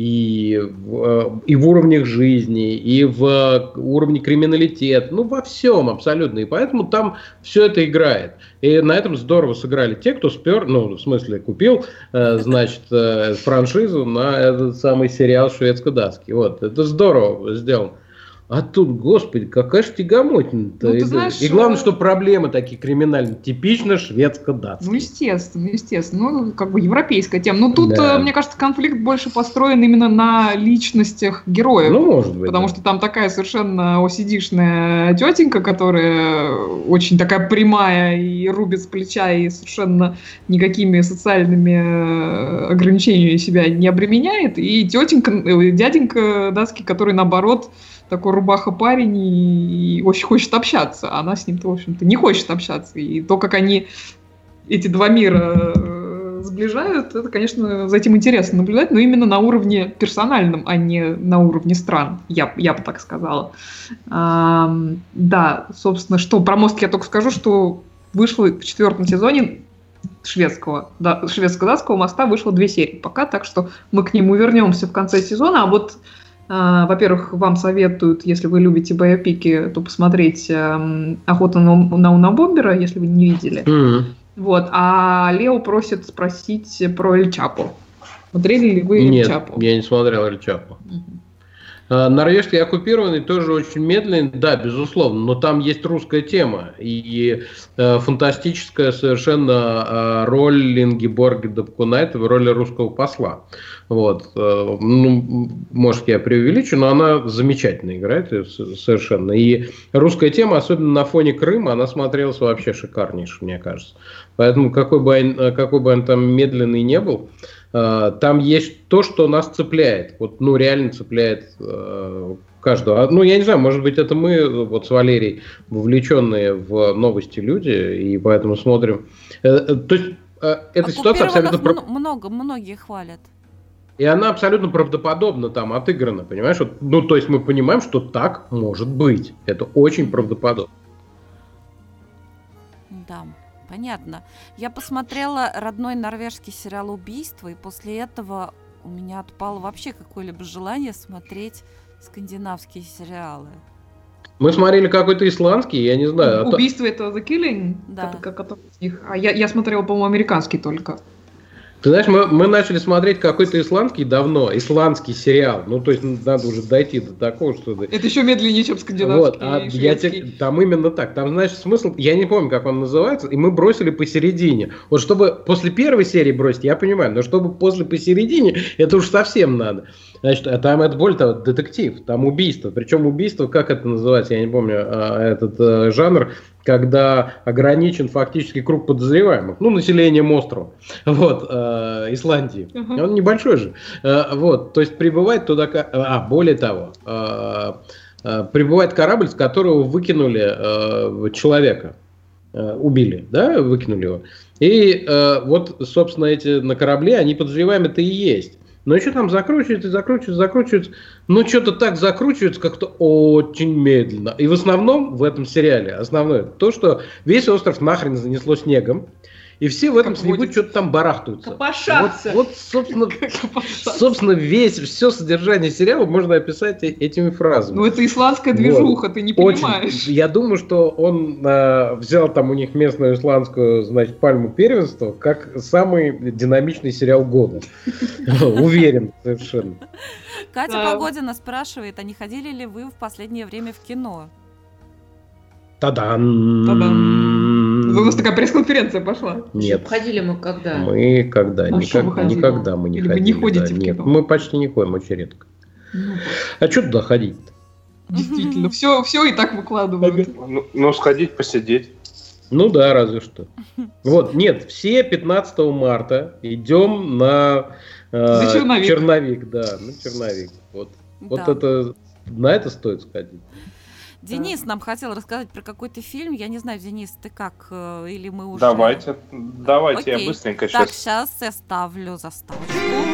и в, и в уровнях жизни, и в уровне криминалитета, ну, во всем абсолютно, и поэтому там все это играет. И на этом здорово сыграли те, кто спер, ну, в смысле, купил, значит, франшизу на этот самый сериал шведско-датский. Вот, это здорово сделано. А тут, господи, какая ж тягомотина-то. Ну, ты и, знаешь, и главное, э, что проблемы такие криминальные, типично шведско-датские. Ну, естественно, естественно. Ну, как бы европейская тема. Но тут, Да. э, мне кажется, конфликт больше построен именно на личностях героев. Ну, может быть. Потому да. что там такая совершенно осидишная тетенька, которая очень такая прямая и рубит с плеча, и совершенно никакими социальными э, ограничениями себя не обременяет. И тетенька, э, дяденька датский, который, наоборот, такой рубаха-парень и очень хочет общаться. А она с ним-то, в общем-то, не хочет общаться. И то, как они эти два мира э, сближают, это, конечно, за этим интересно наблюдать, но именно на уровне персональном, а не на уровне стран, я, я бы так сказала. А, да, собственно, что про мост я только скажу, что вышло в четвертом сезоне шведского, да, шведско-датского моста вышло две серии пока, так что мы к нему вернемся в конце сезона, а вот Uh, во-первых, вам советуют, если вы любите боепики, то посмотреть uh, «Охота на, на Унабомбера», если вы не видели. Mm-hmm. Вот. А Лео просит спросить про Эль Чапо. Смотрели ли вы Эль Нет, Чапо? я не смотрел Эль Чапо. Uh-huh. Uh, норвежский оккупированный тоже очень медленный, да, безусловно, но там есть русская тема и uh, фантастическая совершенно uh, роль Ингеборги Дапкунайте в роли русского посла. Вот. Ну, может, я преувеличу, но она замечательно играет совершенно. И русская тема, особенно на фоне Крыма, она смотрелась вообще шикарнейше, мне кажется. Поэтому какой бы он, какой бы он там медленный не был, там есть то, что нас цепляет. Вот, ну, реально цепляет каждого. Ну, я не знаю, может быть, это мы вот с Валерией вовлеченные в новости люди, и поэтому смотрим. То есть, эта ситуация абсолютно... много, многие хвалят. И она абсолютно правдоподобно там отыграна, понимаешь? Вот, ну, то есть мы понимаем, что так может быть. Это очень правдоподобно. Да, понятно. Я посмотрела родной норвежский сериал «Убийство», и после этого у меня отпало вообще какое-либо желание смотреть скандинавские сериалы. Мы смотрели какой-то исландский, я не знаю. «Убийство» — это «The Killing»? Да. Как, как, а я, я смотрела, по-моему, американский только. Ты знаешь, мы, мы начали смотреть какой-то исландский давно, исландский сериал. Ну, то есть надо уже дойти до такого, что... Это еще медленнее, чем скандинавский. Вот, а я те, там именно так. Там, знаешь, смысл, я не помню, как он называется, и мы бросили посередине. Вот чтобы после первой серии бросить, я понимаю, но чтобы после посередине, это уж совсем надо. Значит, а там это более того, детектив, там убийство. Причем убийство, как это называется, я не помню, этот э, жанр, когда ограничен фактически круг подозреваемых, ну, населением острова, вот, э, Исландии. Uh-huh. Он небольшой же. Э, вот, то есть прибывает туда... А, более того, э, э, прибывает корабль, с которого выкинули э, человека. Э, убили, да, выкинули его. И э, вот, собственно, эти на корабле, они подозреваемые-то и есть. Но еще там закручивается, закручивается, закручивается. Но что-то так закручивается как-то очень медленно. И в основном в этом сериале основное то, что весь остров нахрен занесло снегом. И все в этом как снегу будет. Что-то там барахтаются. Копошатся. Вот, вот собственно, собственно, весь, все содержание сериала можно описать этими фразами. Ну, это исландская движуха, вот. Ты не понимаешь. Очень. Я думаю, что он э, взял там у них местную исландскую, значит, пальму первенства, как самый динамичный сериал года. Уверен совершенно. Катя Погодина спрашивает, а не ходили ли вы в последнее время в кино? Та-дам! Та-дам! У нас такая пресс-конференция пошла. Нет. Ходили мы когда? Мы когда? А Никак, никогда мы не Или ходили. вы не ходите да, в нет, кино? мы почти не ходим, очень редко. Ну, а что туда ходить-то? Действительно, все, все и так выкладывают. Ну, ну, сходить, посидеть. Ну да, разве что. Вот, нет, все пятнадцатого марта идем на э, черновик. черновик, да, на черновик. Вот, Да. вот это, на это стоит сходить. Денис да. нам хотел рассказать про какой-то фильм. Я не знаю, Денис, ты как? Или мы уже... Давайте, давайте, Окей. я быстренько так, сейчас. сейчас я ставлю заставочку.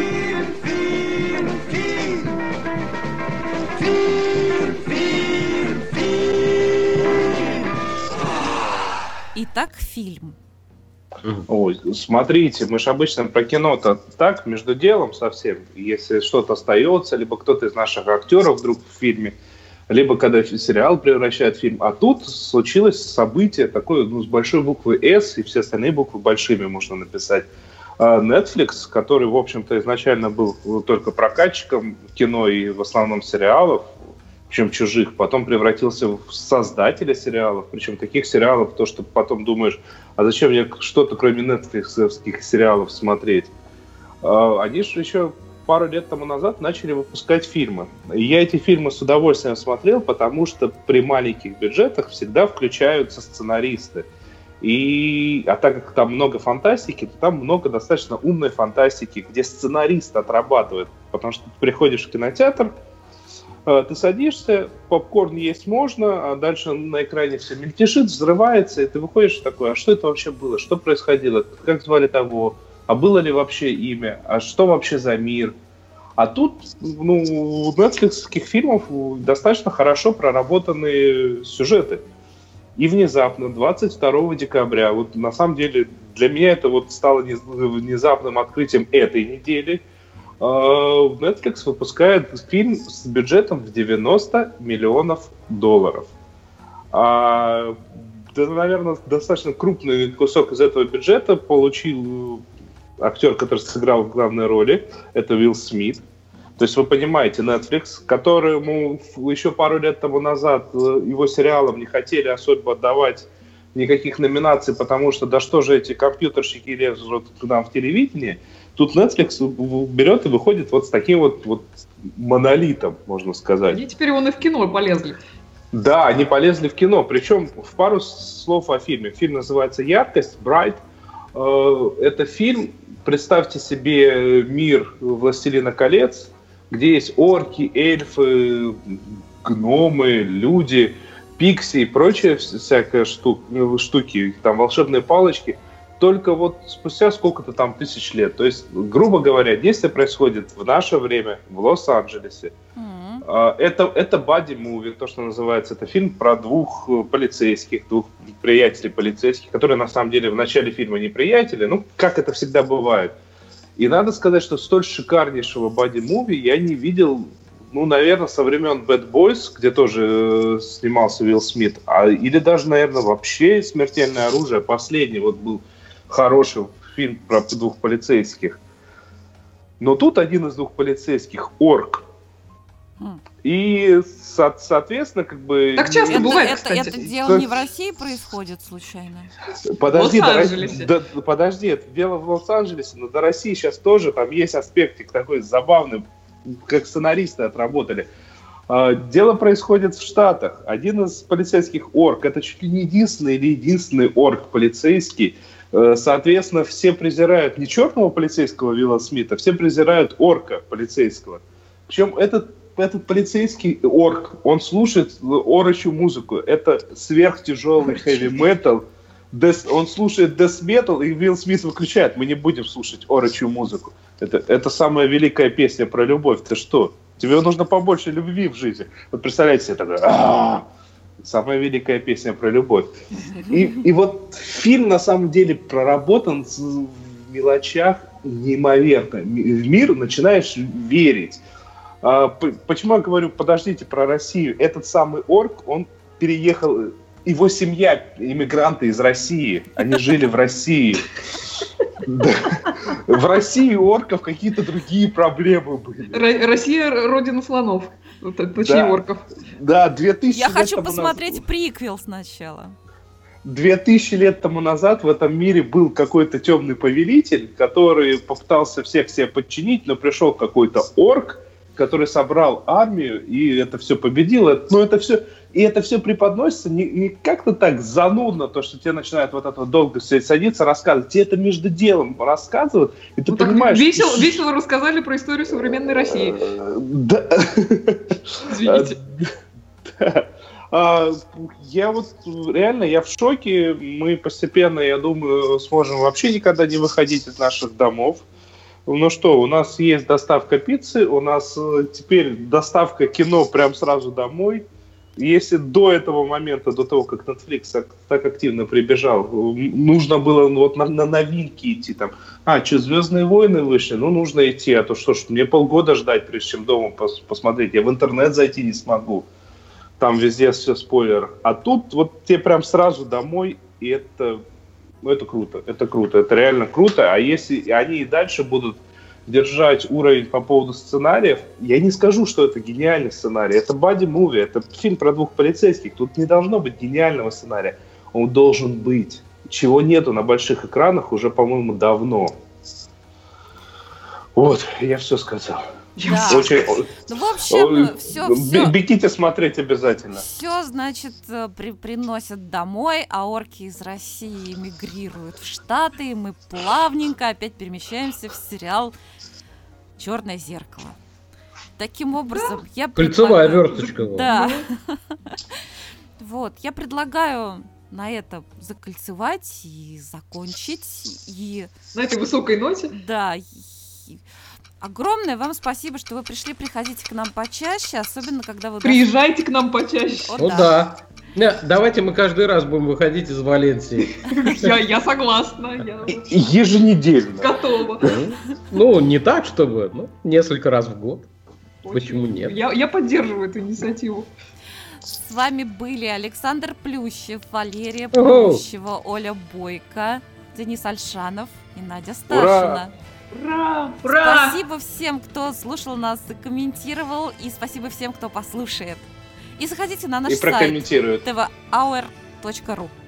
Итак, фильм. Ой, смотрите, мы же обычно про кино-то так, между делом совсем. Если что-то остается, либо кто-то из наших актеров вдруг в фильме, либо когда сериал превращает в фильм. А тут случилось событие такое, ну, с большой буквы «С», и все остальные буквы большими можно написать. Netflix, который, в общем-то, изначально был только прокатчиком кино и в основном сериалов, причем чужих, потом превратился в создателя сериалов, причем таких сериалов, то, что потом думаешь, а зачем мне что-то кроме нетфликсовских сериалов смотреть? Они же еще пару лет тому назад начали выпускать фильмы. И я эти фильмы с удовольствием смотрел, потому что при маленьких бюджетах всегда включаются сценаристы. И, а так как там много фантастики, то там много достаточно умной фантастики, где сценарист отрабатывает. Потому что ты приходишь в кинотеатр, ты садишься, попкорн есть можно, а дальше на экране все мельтешит, взрывается, и ты выходишь такой, а что это вообще было, что происходило, как звали того, а было ли вообще имя, а что вообще за мир. А тут, ну, у нетфликсских фильмов достаточно хорошо проработанные сюжеты. И внезапно, двадцать второго декабря, вот на самом деле для меня это вот стало внезапным открытием этой недели, Netflix выпускает фильм с бюджетом в девяносто миллионов долларов. А, да, наверное, достаточно крупный кусок из этого бюджета получил актер, который сыграл в главной роли. Это Уилл Смит. То есть вы понимаете, Netflix, которому еще пару лет тому назад его сериалам не хотели особо отдавать никаких номинаций, потому что да что же эти компьютерщики лезут к нам в телевидение, тут Netflix берет и выходит вот с таким вот, вот монолитом, можно сказать. Они теперь вон и в кино полезли. Да, они полезли в кино. Причем в пару слов о фильме. Фильм называется «Яркость», «Bright». Это фильм, представьте себе мир «Властелина колец», где есть орки, эльфы, гномы, люди, пикси и прочие всякие штук, штуки, там волшебные палочки. Только вот спустя сколько-то там тысяч лет. То есть, грубо говоря, действие происходит в наше время в Лос-Анджелесе. Mm-hmm. Это, это бади-муви, то, что называется. Это фильм про двух полицейских, двух приятелей полицейских, которые на самом деле в начале фильма не приятели, ну, как это всегда бывает. И надо сказать, что столь шикарнейшего бади-муви я не видел, ну, наверное, со времен Bad Boys, где тоже э, снимался Уилл Смит, а, или даже, наверное, вообще «Смертельное оружие». Последний вот был хороший фильм про двух полицейских. Но тут один из двух полицейских — орк. Mm. И, со- соответственно, как бы... Так часто это, бывает, это, кстати. это дело не в России происходит случайно? Подожди, в Лос-Анджелесе. До, до, подожди, это дело в Лос-Анджелесе, но до России сейчас тоже там есть аспектик такой забавный, как сценаристы отработали. Дело происходит в Штатах. Один из полицейских орк, это чуть ли не единственный или единственный орк полицейский. Соответственно, все презирают не черного полицейского Уилла Смита, все презирают орка полицейского. Причем этот, этот полицейский орк, он слушает орочью музыку. Это сверхтяжелый хэви-метал. Он слушает дэс-метал, и Уилл Смит выключает. Мы не будем слушать орочью музыку. Это, это самая великая песня про любовь. Ты что? Тебе нужно побольше любви в жизни. Вот представляете себе такое... А-а-а! Самая великая песня про любовь. И, и вот фильм на самом деле проработан в мелочах неимоверно. В мир начинаешь верить. А, почему я говорю, подождите, про Россию? Этот самый орк, он переехал... Его семья, иммигранты из России. Они жили в России. В России у орков какие-то другие проблемы были. Россия — родина слонов. Точнее, орков. Да, две тысячи Я лет хочу тому посмотреть назад, приквел сначала. Две тысячи лет тому назад в этом мире был какой-то темный повелитель, который попытался всех себе подчинить, но пришел какой-то орк, который собрал армию, и это все победил. Но это все... И это все преподносится не, не как-то так занудно, то, что тебе начинают вот это долго садиться, рассказывать. Тебе это между делом рассказывают, и ты ну, понимаешь... Весело, что... весело рассказали про историю современной России. Да. Извините. Я вот реально, я в шоке. Мы постепенно, я думаю, сможем вообще никогда не выходить из наших домов. Ну что, у нас есть доставка пиццы, у нас теперь доставка кино прям сразу домой. Если до этого момента, до того, как Netflix так активно прибежал, нужно было вот на, на новинки идти, там, а, что, «Звездные войны» вышли, ну, нужно идти, а то что ж, мне полгода ждать, прежде чем дома пос- посмотреть, я в интернет зайти не смогу, там везде все спойлер. А тут вот тебе прям сразу домой, и это, ну, это круто, это круто, это реально круто, а если они и дальше будут держать уровень по поводу сценариев, я не скажу, что это гениальный сценарий. Это бади-муви, это фильм про двух полицейских. Тут не должно быть гениального сценария. Он должен быть. Чего нету на больших экранах уже, по-моему, давно. Вот, я все сказал. Да. Очень... Ну, в общем, все, все. Бегите смотреть обязательно. Все, значит, при, приносят домой, а орки из России эмигрируют в Штаты, и мы плавненько опять перемещаемся в сериал «Черное зеркало». Таким образом, я Кольцевая предлагаю... верточка. Да. Вот, я предлагаю на это закольцевать и закончить. И... На этой высокой ноте? Да. И... Огромное вам спасибо, что вы пришли. Приходите к нам почаще, особенно когда вы... Приезжайте к нам почаще. О, ну да. да. Давайте мы каждый раз будем выходить из Валенсии. Я, я согласна. Я еженедельно. Готова. Ну, не так, чтобы, ну, несколько раз в год. Очень. Почему нет? Я, я поддерживаю эту инициативу. С вами были Александр Плющев, Валерия Плющева, Оля Бойко, Денис Альшанов и Надя Старшина. Ура! Ура! Спасибо всем, кто слушал нас и комментировал, и спасибо всем, кто послушает. И заходите на наш и сайт прокомментирует. ти ви ауэр точка ру.